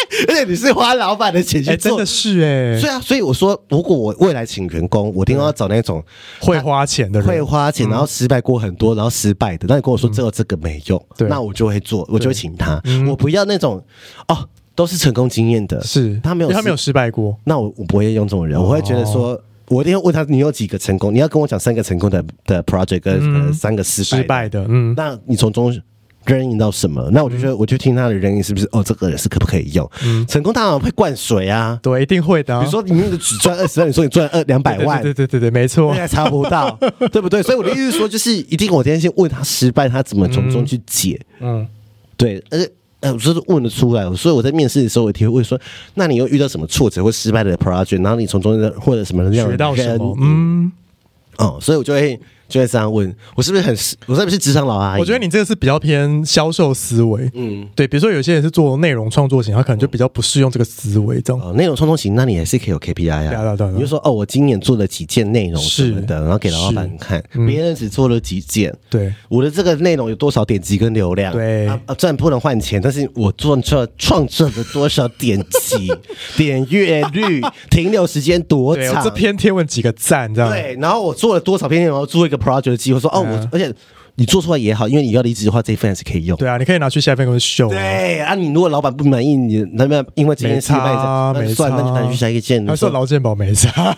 S1: 而且你是花老板的钱去做，
S2: 真的是
S1: 所以我说，如果我未来请员工，我一定要找那种
S2: 会花钱的人，
S1: 会花钱，然后失败过很多，然后失败的，那你跟我说只有这个没用，那我就会做，我就会请他。我不要那种都是成功经验的，
S2: 是他没有失败过，
S1: 那我不会用这种人，我会觉得说。我一定要问他，你有几个成功？你要跟我讲3个成功的 project 跟3个失败的，那你从中人引到什么？那我就觉得，我就听他的人引是不是？这个人是可不可以用？成功当然会灌水啊，
S2: 对，一定会的。
S1: 比如说你那个只赚20万，你说你赚200万，
S2: 对，没错，
S1: 那还查不到，对不对？所以我的意思是说，就是一定我今天先问他失败，他怎么从中去解？对，我就是问得出来，所以我在面试的时候，我也会问说：那你又遇到什么挫折或失败的 project， 然后你从中或者什么样
S2: 学到什么？
S1: 所以我就会这样问，我是不是职场老阿姨？
S2: 我觉得你这个是比较偏销售思维，对，比如说有些人是做内容创作型，他可能就比较不适用这个思维，这样。
S1: 内容创作型，那你还是可以有 KPI 啊，你就说我今年做了几件内容什么的，然后给老板看，别人只做了几件，
S2: 对，
S1: 我的这个内容有多少点击跟流量，
S2: 对，
S1: 虽然不能换钱，但是我创造了多少点击、点阅率、停留时间多长，
S2: 我这篇贴文几个赞，这样。
S1: 对，然后我做了多少篇内容，做一个 project 的机会，说而且你做出来也好，因为你要离职的话，这一份还是可以用。
S2: 对啊，你可以拿去下一份公司秀。
S1: 对啊，你如果老板不满意，你那边因为这件事没算，那就拿去下一个件。
S2: 他说劳健保没差。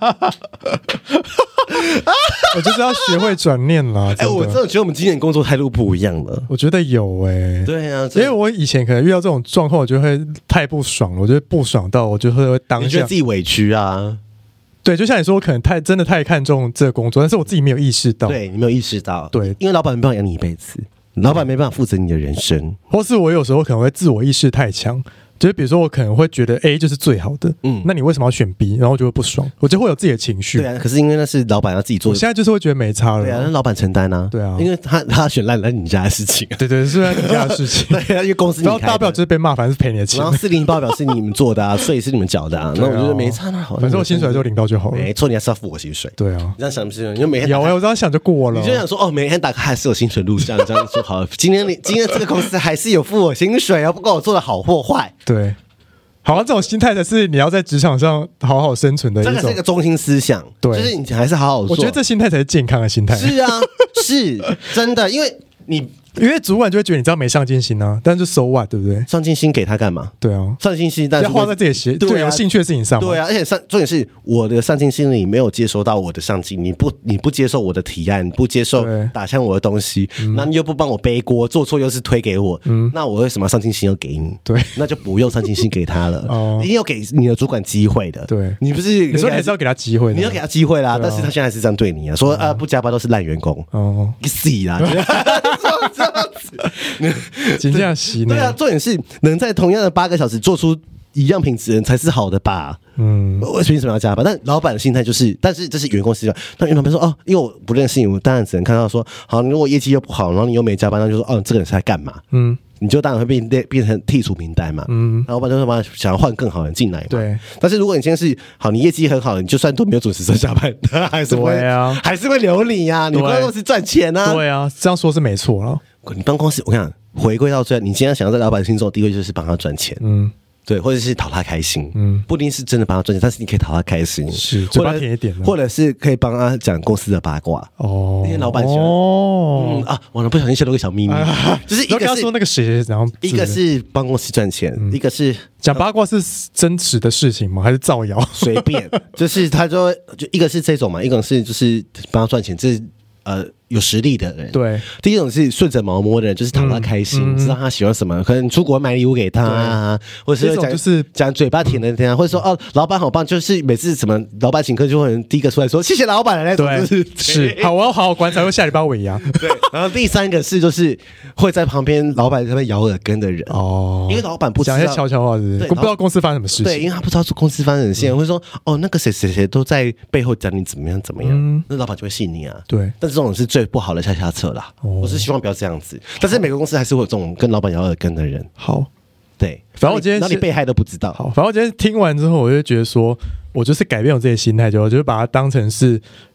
S2: 我就是要学会转念啦。
S1: 我真的觉得我们今年工作态度不一样了。
S2: 我觉得有
S1: 对啊，
S2: 因为我以前可能遇到这种状况，我就会太不爽了，我就会不爽到我就会当下
S1: 你觉得自己委屈啊。
S2: 对，就像你说，我可能真的太看重这个工作，但是我自己没有意识到。
S1: 对，你没有意识到。
S2: 对，
S1: 因为老板没办法养你一辈子，老板没办法负责你的人生，
S2: 或是我有时候可能会自我意识太强。就是比如说，我可能会觉得 A 就是最好的，那你为什么要选 B？ 然后我就会不爽，我就会有自己的情绪。
S1: 对啊，可是因为那是老板要自己做的，
S2: 我现在就是会觉得没差了。
S1: 对啊，那老板承担啊。
S2: 对啊，
S1: 因为他选烂了你家的事情。
S2: 对，是你家的事情。
S1: 对啊，因为公司你开的，
S2: 然后大不了就是被骂，反正是赔你的钱。
S1: 然后408报表是你们做的啊，税是你们缴的啊，那我觉得没差那好，
S2: 反正我薪水就领到就好了。
S1: 没错，你还是要付我薪水。
S2: 对啊，
S1: 你这样想不是？你就每天
S2: 我这样想就过了。
S1: 你就想说每天打开还是有薪水入账，这样说好了。今天这个公司还是有付我薪水啊，不管我做的好或坏。
S2: 对。好像这种心态才是你要在职场上好好生存的一种，
S1: 这个是一个中心思想，对，就是你还是好好做。
S2: 我觉得这心态才是健康的心态。
S1: 是啊，是真的，因为
S2: 主管就会觉得你这样没上进心啊，但是就 so what， 对不对？
S1: 上进心给他干嘛？
S2: 对啊，
S1: 上进心但是
S2: 要花在自己对有兴趣的事情上。
S1: 对啊，而且重点是我的上进心里没有接收到我的上进，你不接受我的提案，不接受打向我的东西，那你又不帮我背锅，做错又是推给我，那我为什么上进心要给你？
S2: 对，
S1: 那就不用上进心给他了。你一定要给你的主管机会的。
S2: 对，
S1: 你不是
S2: 你说还是要给他机会的，
S1: 你要给他机会啦。但是他现在还是这样对你啊，说不加班都是烂员工哦，你死啦！这样子，
S2: 这样洗呢？
S1: 对啊，重点是能在同样的8个小时做出一样品质的人才是好的吧？为什么要加班？但老板的心态就是，但是这是员工思想。那员工说因为我不认识你，我当然只能看到说，好，如果业绩又不好，然后你又没加班，那就说这个人是在干嘛？你就当然会变成剔除名单嘛。老板就是想要换更好的人进来嘛。
S2: 对。
S1: 但是如果你今天是好，你业绩很好，你就算都没有准时上下班，还是会留你呀。你办公室赚钱啊。
S2: 对啊，这样说是没错了。
S1: 你办公室，我跟你讲，回归到最后，你今天想要在老板心中的地位就是帮他赚钱。对，或者是讨他开心，不一定是真的帮他赚钱，但是你可以讨他开心，
S2: 是嘴巴甜一点，
S1: 或者是可以帮他讲公司的八卦哦，那些老板喜欢我不小心泄露个小秘密，就是一个是
S2: 说那个谁，然后
S1: 一个是帮公司赚钱，一个是
S2: 讲八卦是真实的事情吗？还是造谣？
S1: 随便，就是他就一个是这种嘛，一个是就是帮他赚钱，这是有实力的人。
S2: 对，
S1: 第一种是顺着毛摸的人，就是讨他开心，知道他喜欢什么，可能出国买礼物给他啊，或者是讲嘴巴甜的天啊，或者说老板好棒，就是每次什么老板请客就会第一个出来说谢谢老板的那种，
S2: 是好，我要好好观察，会下礼拜尾牙。
S1: 对，然后第三个是就是会在旁边老板那边咬耳根的人哦，因为老板不知道
S2: 讲一些悄悄话，是不知道公司发生什么事情，
S1: 对，因为他不知道公司发生什么事情，会说那个谁谁谁都在背后讲你怎么样怎么样，那老板就会信你啊。对，但是这种是最不好的下策啦。我是希望不要这样子，但是每个公司还是会有这种跟老板咬耳根的人。好，对，反正我今天哪里被害都不知道。好，
S2: 反正我今天听完之后，我就觉得说，我就是改变我自己的心态，就是把它当成是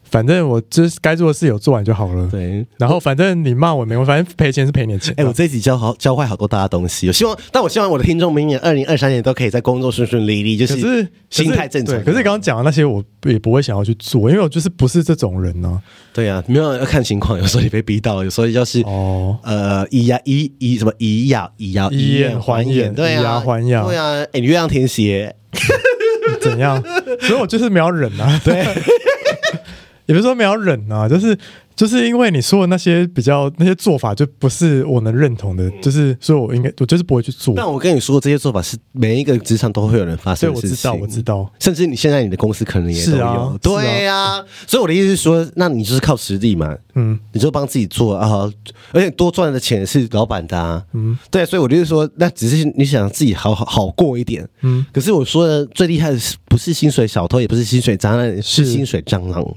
S2: 反正我就是该做的事有做完就好了。
S1: 对，
S2: 然后反正你骂我没关系，反正赔钱是赔你的钱。
S1: 我这一集教坏好多大家东西，但我希望我的听众明年2023年都可以在工作顺顺利利，就是心态正常。
S2: 对，可是刚刚讲的那些我也不会想要去做，因为我就是不是这种人呢。
S1: 对啊，没有要看情况，有时候你被逼到，有时候就是以眼还眼，对啊，
S2: 以牙还牙，
S1: 对啊，你月亮天蝎
S2: 怎样？所以我就是没有忍啊，对。也不是说没有忍啊，就是因为你说的那些那些做法就不是我能认同的，就是所以我就是不会去做。
S1: 但我跟你说，这些做法是每一个职场都会有人发生的事情。
S2: 我知道，
S1: 甚至你现在你的公司可能也都有。
S2: 啊、
S1: 对啊，所以我的意思是说，那你就是靠实力嘛，你就帮自己做啊，而且多赚的钱是老板的啊，对，所以我就是说，那只是你想自己好过一点，可是我说的最厉害的是不是薪水小偷，也不是薪水渣男，是薪水蟑螂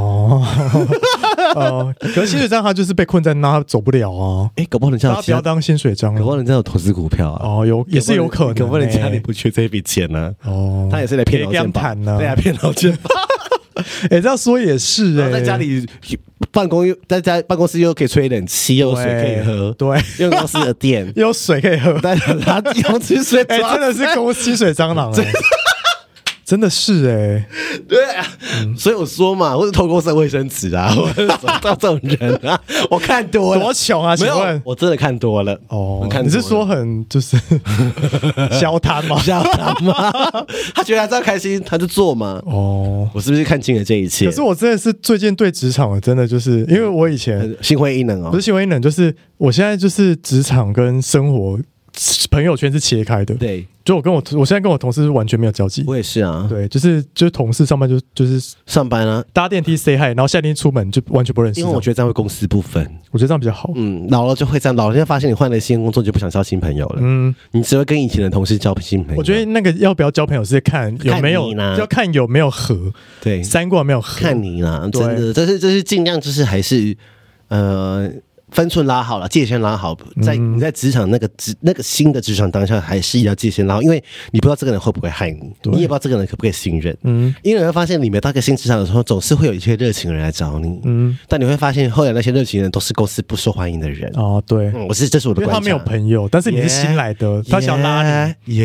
S2: 可是薪水蟑螂他就是被困在那，他走不了啊。
S1: 搞不好人家
S2: 不要当薪水蟑螂，
S1: 搞不好人家有投资股票啊。
S2: 也是有可能。
S1: 搞不好人家里不缺这一笔钱呢。他也是来骗劳健保呢。对啊，骗劳健保。
S2: 这样说也是
S1: 在家里在家办公室又可以吹冷气，又有水可以喝，
S2: 对，
S1: 用公司的电，
S2: 又有水可以喝，
S1: 但他用薪水，
S2: 真的是薪水蟑螂真的是
S1: 对啊，所以我说嘛，我是偷公司的卫生纸啊，我是找到这种人啊，我看多了，
S2: 多穷啊！请问，
S1: 我真的看多了
S2: 你是说很就是消摊吗？
S1: 消摊吗？他觉得他这样开心，他就做嘛。我是不是看清了这一切？
S2: 可是我真的是最近对职场真的就是因为我以前
S1: 心灰意冷
S2: 不是心灰意冷，就是我现在就是职场跟生活朋友圈是切开的。
S1: 对。
S2: 就我现在跟我同事完全没有交集。
S1: 我也是啊，
S2: 对，就是同事上班就是
S1: 上班啊，
S2: 搭电梯 say hi， 然后下电梯出门就完全不认识。
S1: 因为我觉得这样会公私不分，
S2: 我觉得这样比较好。
S1: 老了就会这样，老了就发现你换了新工作就不想交新朋友了。你只会跟以前的同事交新朋友。
S2: 我觉得那个要不要交朋友是看有没有，要看有没有合，
S1: 对，
S2: 三观没有合。
S1: 看你啦，真的，这是尽量就是还是分寸拉好了，界限拉好，你在职场那个新的职场当下，还是要界限拉好，因为你不知道这个人会不会害你，你也不知道这个人可不可以信任。因为你会发现，你每到一个新职场的时候，总是会有一些热情的人来找你。但你会发现，后来那些热情的人都是公司不受欢迎的人。
S2: 对，
S1: 这是我的观察。
S2: 因为他没有朋友，但是你是新来的，他想拉你。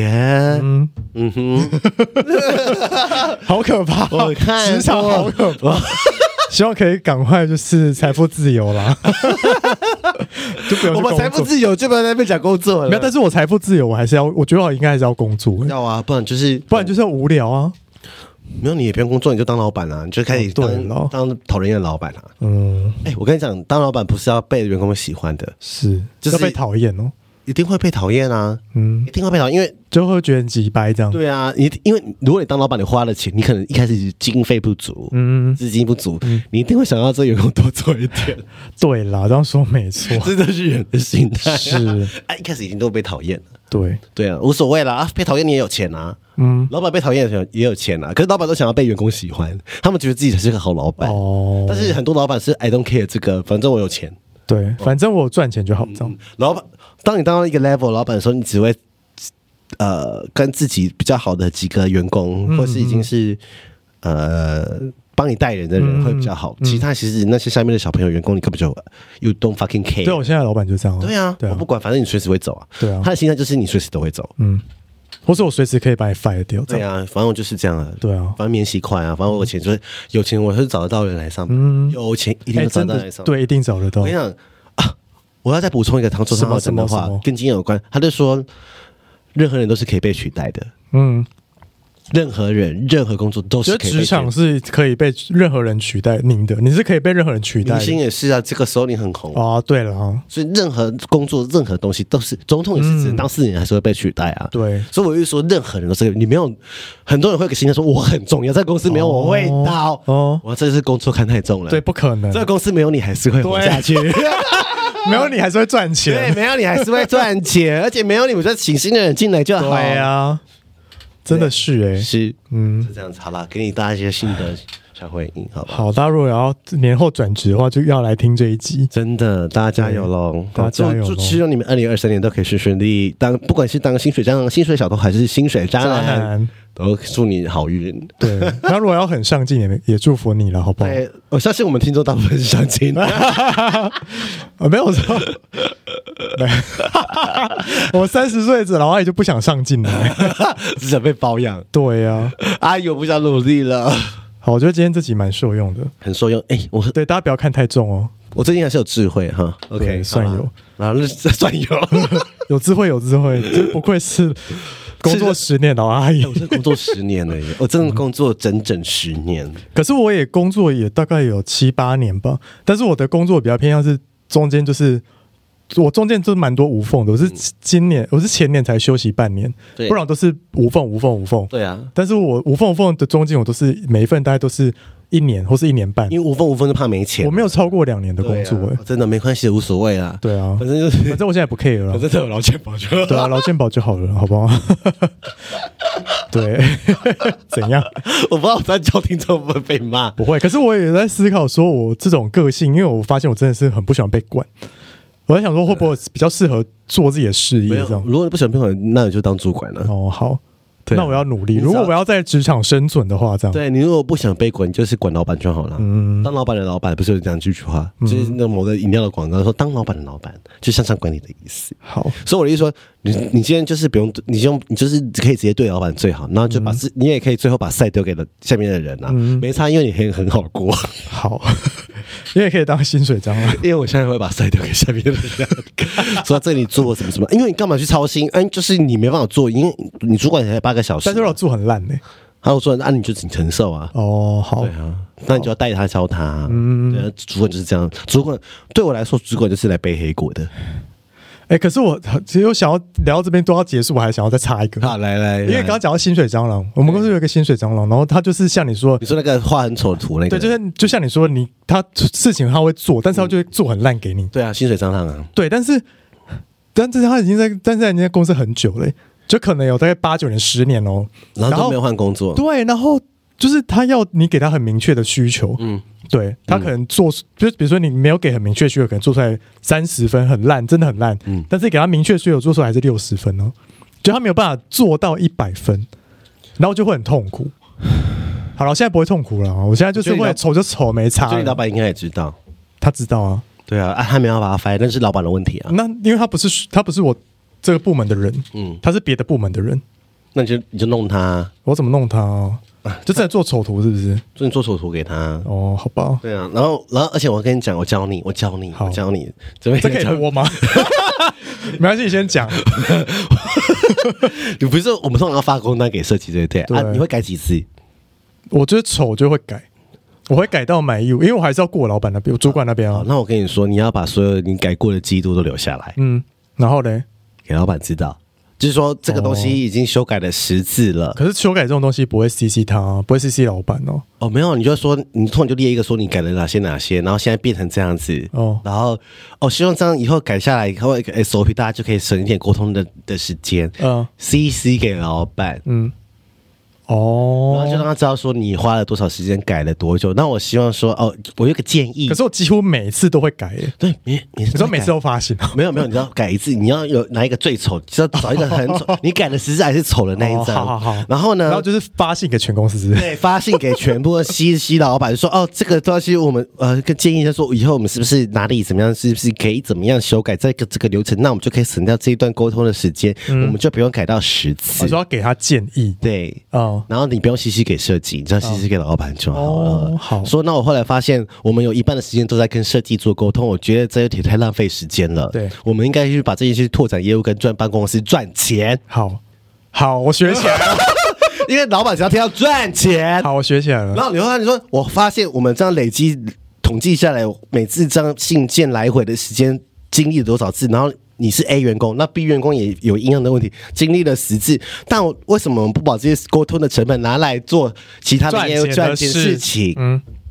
S2: 好可怕！
S1: 我看
S2: 职场好可怕。希望可以赶快就是财富自由啦，就不用我
S1: 们财富自由就不要在那边讲工作了。
S2: 没有，但是我财富自由，我觉得我应该还是要工作。
S1: 要啊，不然就是
S2: 要无聊啊。
S1: 没有，你也不用工作，你就当老板啊，你就开始当讨人厌的老板啊。我跟你讲，当老板不是要被员工喜欢的，
S2: 是要被讨厌哦。
S1: 一定会被讨厌啊，一定会被讨厌，因为
S2: 就会觉得几掰这样。
S1: 对啊，因为如果你当老板，你花了钱，你可能一开始经费不足，资金不足，你一定会想要这员工多做一点。
S2: 对啦，这样说没错，
S1: 这就是人的心态。
S2: 是
S1: 一开始已经都被讨厌了。
S2: 对
S1: 啊，无所谓啦，被讨厌你也有钱啊。老板被讨厌也有钱啊，可是老板都想要被员工喜欢，他们觉得自己才是个好老板。但是很多老板是 I don't care 这个，反正我有钱。
S2: 对，反正我赚钱就好。这样，
S1: 老板，当你当到一个 level 老板的时候，你只会跟自己比较好的几个员工，或是已经是帮你带人的人会比较好。其他其实那些下面的小朋友员工，你根本就 you don't fucking care。
S2: 对，我现在老板就这样。
S1: 对啊，我不管，反正你随时会走啊。
S2: 对啊，
S1: 他的心态就是你随时都会走。
S2: 或者我随时可以把你 fire 掉。
S1: 对啊，反正我就是这样啊。
S2: 对啊，
S1: 反正免洗快啊，反正我有钱就是有钱，我是找得到人来上班。有钱一定找得到人来上班。
S2: 对，一定找得到。
S1: 我跟你讲啊，我要再补充一个唐周他讲的话，跟经验有关。他就说，任何人都是可以被取代的。任何人、任何工作都是可以被取代的。职场
S2: 是可以被任何人取代您的，你是可以被任何人取代的。
S1: 明星也是啊，这个时候你很红
S2: 啊。对了啊，
S1: 所以任何工作、任何东西都是，总统也是只能当4年还是会被取代啊。
S2: 对，
S1: 所以我就说，任何人都是你没有很多人会有个心态说我很重要，在公司没有我味道。我这是工作看太重了。
S2: 对，不可能。
S1: 这个公司没有你还是会活下去。
S2: 没有你还是会赚钱。
S1: 对，没有你还是会赚钱，而且没有你，我就请新的人进来就好。
S2: 对啊。真的是
S1: 是，是这样子。好了，给你大家一些心得才会赢，好吧？
S2: 好，大家如果要年后转职的话，就要来听这一集。
S1: 真的，大家加油喽！
S2: 大家加油喽！
S1: 希望你们2023年都可以顺利，不管是当薪水蟑螂、薪水小偷，还是薪水渣男，都祝你好运。
S2: 对，那如果要很上进，也祝福你了，好不好？
S1: 对，我相信我们听众大部分是上进的。
S2: 没有错。我30岁子，老阿姨就不想上进了，
S1: 只想被包养。
S2: 对呀，
S1: 阿姨我不想努力了。
S2: 好，我觉得今天这集蛮受用的，
S1: 很受用。
S2: 对大家不要看太重哦。
S1: 我最近还是有智慧哈。OK，
S2: 算有，
S1: 然后算有，
S2: 有智慧，就不愧是工作10年老阿姨。
S1: 我真的工作10年了耶，我真的工作整10年。
S2: 可是我也工作也大概有7、8年吧，但是我的工作比较偏向是中间就是。我中间就是蛮多无缝的，我是前年才休息半年，不然都是无缝。
S1: 对啊，
S2: 但是我无缝的中间，我都是每一份大概都是1年或是1年半，
S1: 因为无缝就怕没钱。
S2: 我没有超过2年的工作，
S1: 真的没关系，无所谓啦。
S2: 对啊，
S1: 反正
S2: 我现在不 care 了，
S1: 反正有劳健保就好。
S2: 对啊，劳健保就好了，好不好？对，怎样？
S1: 我不知道我在教听众会不会被骂，
S2: 不会。可是我也在思考，说我这种个性，因为我发现我真的是很不喜欢被管。我在想说，会不会比较适合做自己的事业？这样，
S1: 如果你不喜欢被管，那你就当主管了。
S2: 哦，好，那我要努力。如果我要在职场生存的话，这样，
S1: 对你如果不想被管，你就是管老板就好了。当老板的老板不是有这样一句话，就是那某个饮料的广告说，当老板的老板就向上管理的意思。
S2: 好，
S1: 所以我的意思说，你今天就是不用，你就是可以直接对老板最好，然后就把你也可以最后把赛丢给了下面的人啊，没差，因为你可以很好过。
S2: 好。因为可以当薪水蟑螂，
S1: 因为我现在会把赛丢给下面的人，说这里做什么什么，因为你干嘛去操心？就是你没办法做，因为你主管才8个小时，
S2: 但是我做很烂呢。
S1: 还有做，你就请承受啊。
S2: 哦，好，
S1: 对啊，那你就要带他教他。对啊，主管就是这样，主管对我来说，主管就是来背黑锅的。
S2: 可是我其实我想要聊到这边都要结束，我还想要再插一个。
S1: 好，来，
S2: 因为刚刚讲到薪水蟑螂，我们公司有一个薪水蟑螂，然后他就是像你说
S1: 那个画很丑的图那个，
S2: 对，就像你说他事情他会做，但是他就会做很烂给你。
S1: 对啊，薪水蟑螂啊。
S2: 对，但是他已经在人家公司很久了，就可能有大概8、9年、10年哦，
S1: 然后都没有换工作。
S2: 对，然后就是他要你给他很明确的需求，对他可能做，就比如说你没有给很明确需求，可能做出来30分很烂，真的很烂。但是给他明确需求做出来还是60分哦，就他没有办法做到100分，然后就会很痛苦。好了，我现在不会痛苦了，我现在就是会丑就丑，没差。
S1: 所以老板应该也知道，
S2: 他知道啊。
S1: 对啊，他没有把他 fire， 但是老板的问题啊。
S2: 那因为他不是我这个部门的人，他是别的部门的人，
S1: 那你就弄他。
S2: 我怎么弄他啊？就真的做丑图是不是？
S1: 就你做丑图给他
S2: 哦，好吧。
S1: 对啊，然后，而且我跟你讲，我教你，这
S2: 可以播吗？没关系，你先讲。
S1: 你不是我们通常要发工单给设计对不对？啊，你会改几次？
S2: 我觉得丑就会改，我会改到满意，因为我还是要过我老板那边，我主管那边啊。
S1: 那我跟你说，你要把所有你改过的记录都留下来。
S2: 然后呢，
S1: 给老板知道。就是说，这个东西已经修改了10次了。
S2: 可是修改这种东西不会 CC 他，不会 CC 老板哦。
S1: 哦，没有，你就说，你突然就列一个说你改了哪些，然后现在变成这样子。然后希望这样以后改下来以后，SOP 大家就可以省一点沟通的时间。CC 给老板。然后就让他知道说你花了多少时间，改了多久。那我希望说，我有个建议。
S2: 可是我几乎每次都会改耶。
S1: 对，你
S2: 说每次都发现？
S1: 没有，你知道改一次，你要有哪一个最丑，就要找一个很丑，你改了10次还是丑的那一张。
S2: 好。
S1: 然后呢？
S2: 然后就是发信给全公司。
S1: 对，发信给全部的西老板说，这个东西我们跟建议他说，以后我们是不是哪里怎么样，是不是可以怎么样修改这个流程？那我们就可以省掉这一段沟通的时间，我们就不用改到10次。
S2: 我说要给他建议。
S1: 对，然后你不用CC给设计，你只要CC给老板就好了。
S2: 好。
S1: 说那我后来发现，我们有一半的时间都在跟设计做沟通，我觉得这有点太浪费时间了。
S2: 对，
S1: 我们应该去把这件事拓展业务，跟帮公司赚钱。
S2: 好，我学起来了。
S1: 因为老板只要听到赚钱，
S2: 好，我学起来了。
S1: 然后你说，我发现我们这样累积统计下来，每次这样信件来回的时间经历了多少次，然后。你是 A 员工，那 B 员工也有一样的问题，经历了10次，但为什么我们不把这些沟通的成本拿来做其他的业务赚钱事情？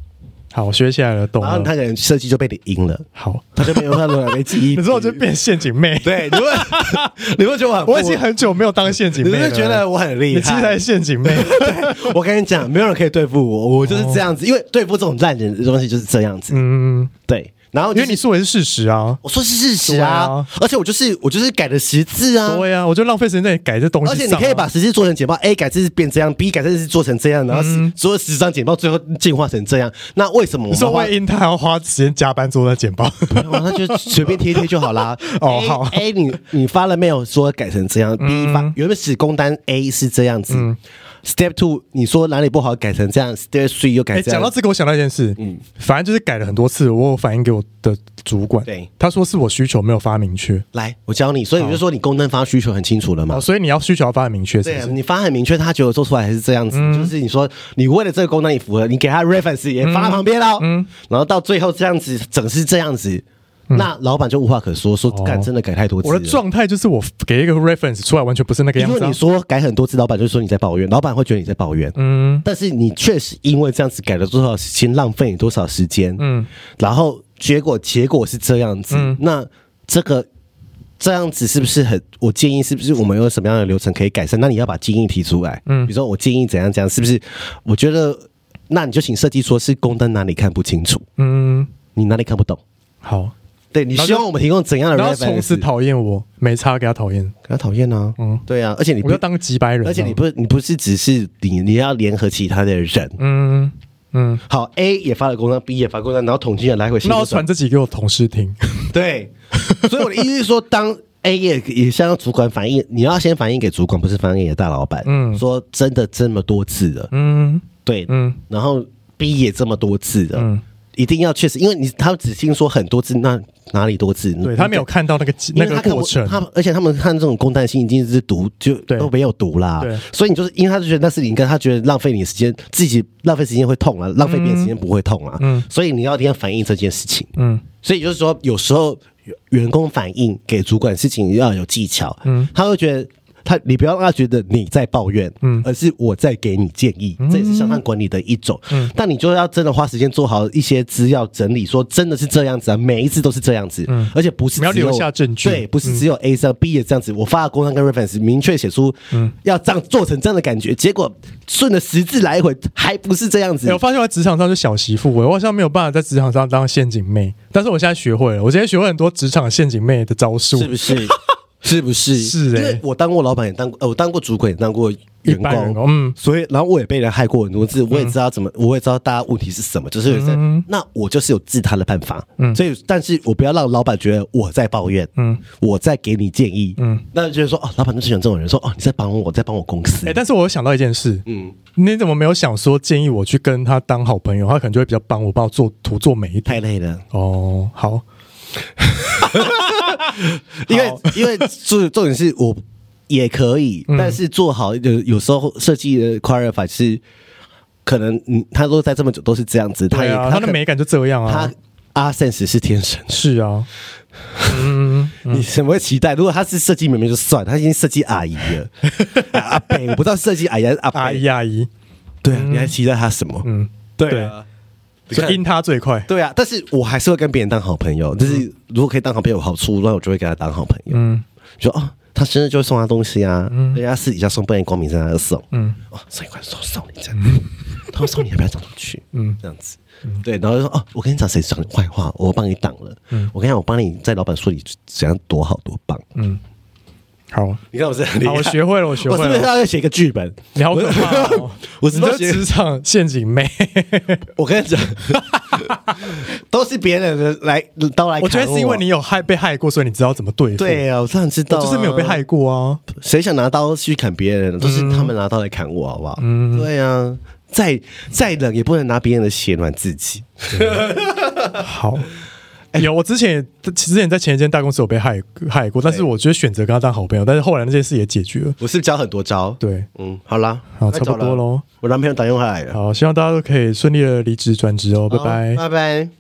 S2: 好，我学起来了，懂了。
S1: 然后他可能设计就被你赢了，
S2: 好，
S1: 他就没有办法没记忆。
S2: 之后就变陷阱妹。
S1: 对，你会觉得
S2: 我已经很久没有当陷阱妹了，
S1: 你会觉得我很厉害？
S2: 你其实才是陷阱妹。
S1: 对，我跟你讲，没有人可以对付我，我就是这样子，因为对付这种烂人的东西就是这样子。对。然后、
S2: 因为你说的是事实啊，
S1: 我说是事实啊，而且我就是改了10字啊，
S2: 对啊，我就浪费时间在改这东西、
S1: 而且你可以把10字做成简报 ，A 改字变这样 ，B 改字做成这样，然后所有10张简报最后进化成这样，那为什么我们
S2: 说会因他要花时间加班做那简报？
S1: 那就随便贴一贴就好啦。
S2: 哦，好
S1: ，A 你发了没有说改成这样？B 发原本使工单 A 是这样子。Step 2，你说哪里不好改成这样 ？Step 3又改这样。
S2: 讲到这个，我想到一件事，反正就是改了很多次，我有反映给我的主管，
S1: 对，
S2: 他说是我需求没有发明确。
S1: 来，我教你，所以我就说你功能发需求很清楚了嘛。
S2: 所以你要需求要发很明确，
S1: 对啊，你发很明确，他觉得做出来还是这样子，就是你说你为了这个功能你符合，你给他 reference 也发在旁边喽，然后到最后这样子整是这样子。那老板就无话可说，说干真的改太多次了。
S2: 我的状态就是我给一个 reference 出来，完全不是那个样子。
S1: 因为你说改很多次，老板就说你在抱怨，老板会觉得你在抱怨。但是你确实因为这样子改了多少时间，浪费你多少时间。然后结果是这样子。那这样子是不是很？我建议是不是我们有什么样的流程可以改善？那你要把建议提出来。比如说我建议怎样讲，是不是？我觉得那你就请设计说是工灯哪里看不清楚。你哪里看不懂？
S2: 好。
S1: 对，你希望我们提供怎样的 reference？
S2: 然后从此讨厌我，没差给他讨厌，
S1: 给他讨厌啊。对啊，而且你
S2: 不要当个几百人，
S1: 而且你不是只是你要联合其他的人。好 ，A 也发了公章 ，B 也发公章，然后统计人来回。
S2: 那我传这集给我同事听。
S1: 对，所以我的意思是说，当 A 也向主管反映，你要先反映给主管，不是反映给大老板。说真的这么多次了。对，然后 B 也这么多次了。一定要确实，因为他只听说很多字，那哪里多字？
S2: 对他没有看到那个过程，
S1: 而且他们看这种公单信已经是读就都没有读啦，所以你就是因为他就觉得那是你跟他觉得浪费你的时间，自己浪费时间会痛啊，浪费别人时间不会痛啊，所以你一定要反映这件事情，所以就是说有时候员工反映给主管事情要有技巧，他会觉得。你不要让他觉得你在抱怨，而是我在给你建议，这也是向上管理的一种。但你就要真的花时间做好一些资料整理，说真的是这样子啊，每一次都是这样子，而且不是只有
S2: 你要留下证据，
S1: 对，不是只有 A 上 B 也这样子。我发的公章跟 reference 明确写出，要这样做成这样的感觉，结果顺了10字来回，还不是这样子。
S2: 我发现我在职场上就小媳妇，我好像没有办法在职场上当陷阱妹，但是我现在学会了，我今天学会很多职场陷阱妹的招数，
S1: 是不是？是不是？
S2: 是
S1: 因为我当过老板，也当过我当过主管，也当过员工，所以然后我也被人害过很多次，我也知道我也知道大家问题是什么，就是那我就是有治他的办法，所以但是我不要让老板觉得我在抱怨，我在给你建议，那就觉得说哦，老板就是喜欢这种人，说哦你在帮我，在帮我公司，
S2: 但是我有想到一件事，你怎么没有想说建议我去跟他当好朋友，他可能就会比较帮我做媒体，
S1: 太累了
S2: 哦，好。
S1: 因为重点是我也可以，但是做好有时候设计的 clarify 是可能他都在这么久都是这样子，他
S2: 的美感就这样啊。
S1: 他sense 是天生，
S2: 是啊。
S1: 你怎么会期待？如果他是设计妹妹就算，他已经设计阿姨了，阿伯，我不知道设计阿姨还是阿
S2: 姨。
S1: 对啊，你还期待他什么？对啊。
S2: 就因他最快，
S1: 对啊，但是我还是会跟别人当好朋友。就是如果可以当好朋友有好处，那我就会跟他当好朋友。说哦，他生日就会送他东西啊，人家私底下送，不然光明正大的送。哦，生日快乐送你这样，他会送你，要不要讲出去？这样子，对，然后就说哦，我跟你讲谁讲你坏话，我帮你挡了。我跟你讲，我帮你在老板说你怎样多好多棒。
S2: 好，
S1: 你看我是很厉害，
S2: 我学会了，我是不是
S1: 要写一个剧本？
S2: 你好可怕哦！
S1: 我是
S2: 说职场陷阱妹。
S1: 我跟你讲，都是别人的刀来砍我。
S2: 我觉得是因为你有被害过，所以你知道怎么对付。
S1: 对啊，我当然知道，
S2: 我就是没有被害过啊。
S1: 谁想拿刀去砍别人，都是他们拿刀来砍我，好不好？对啊，再冷也不能拿别人的血暖自己。
S2: 好。有，我之前在前一间大公司有被害过，但是我觉得选择跟他当好朋友，但是后来那件事也解决了。
S1: 我是教很多招，
S2: 对，
S1: 好啦，
S2: 好，差不多咯。
S1: 我男朋友打电话来了，
S2: 好，希望大家都可以顺利的离职转职哦，拜拜，
S1: 拜拜。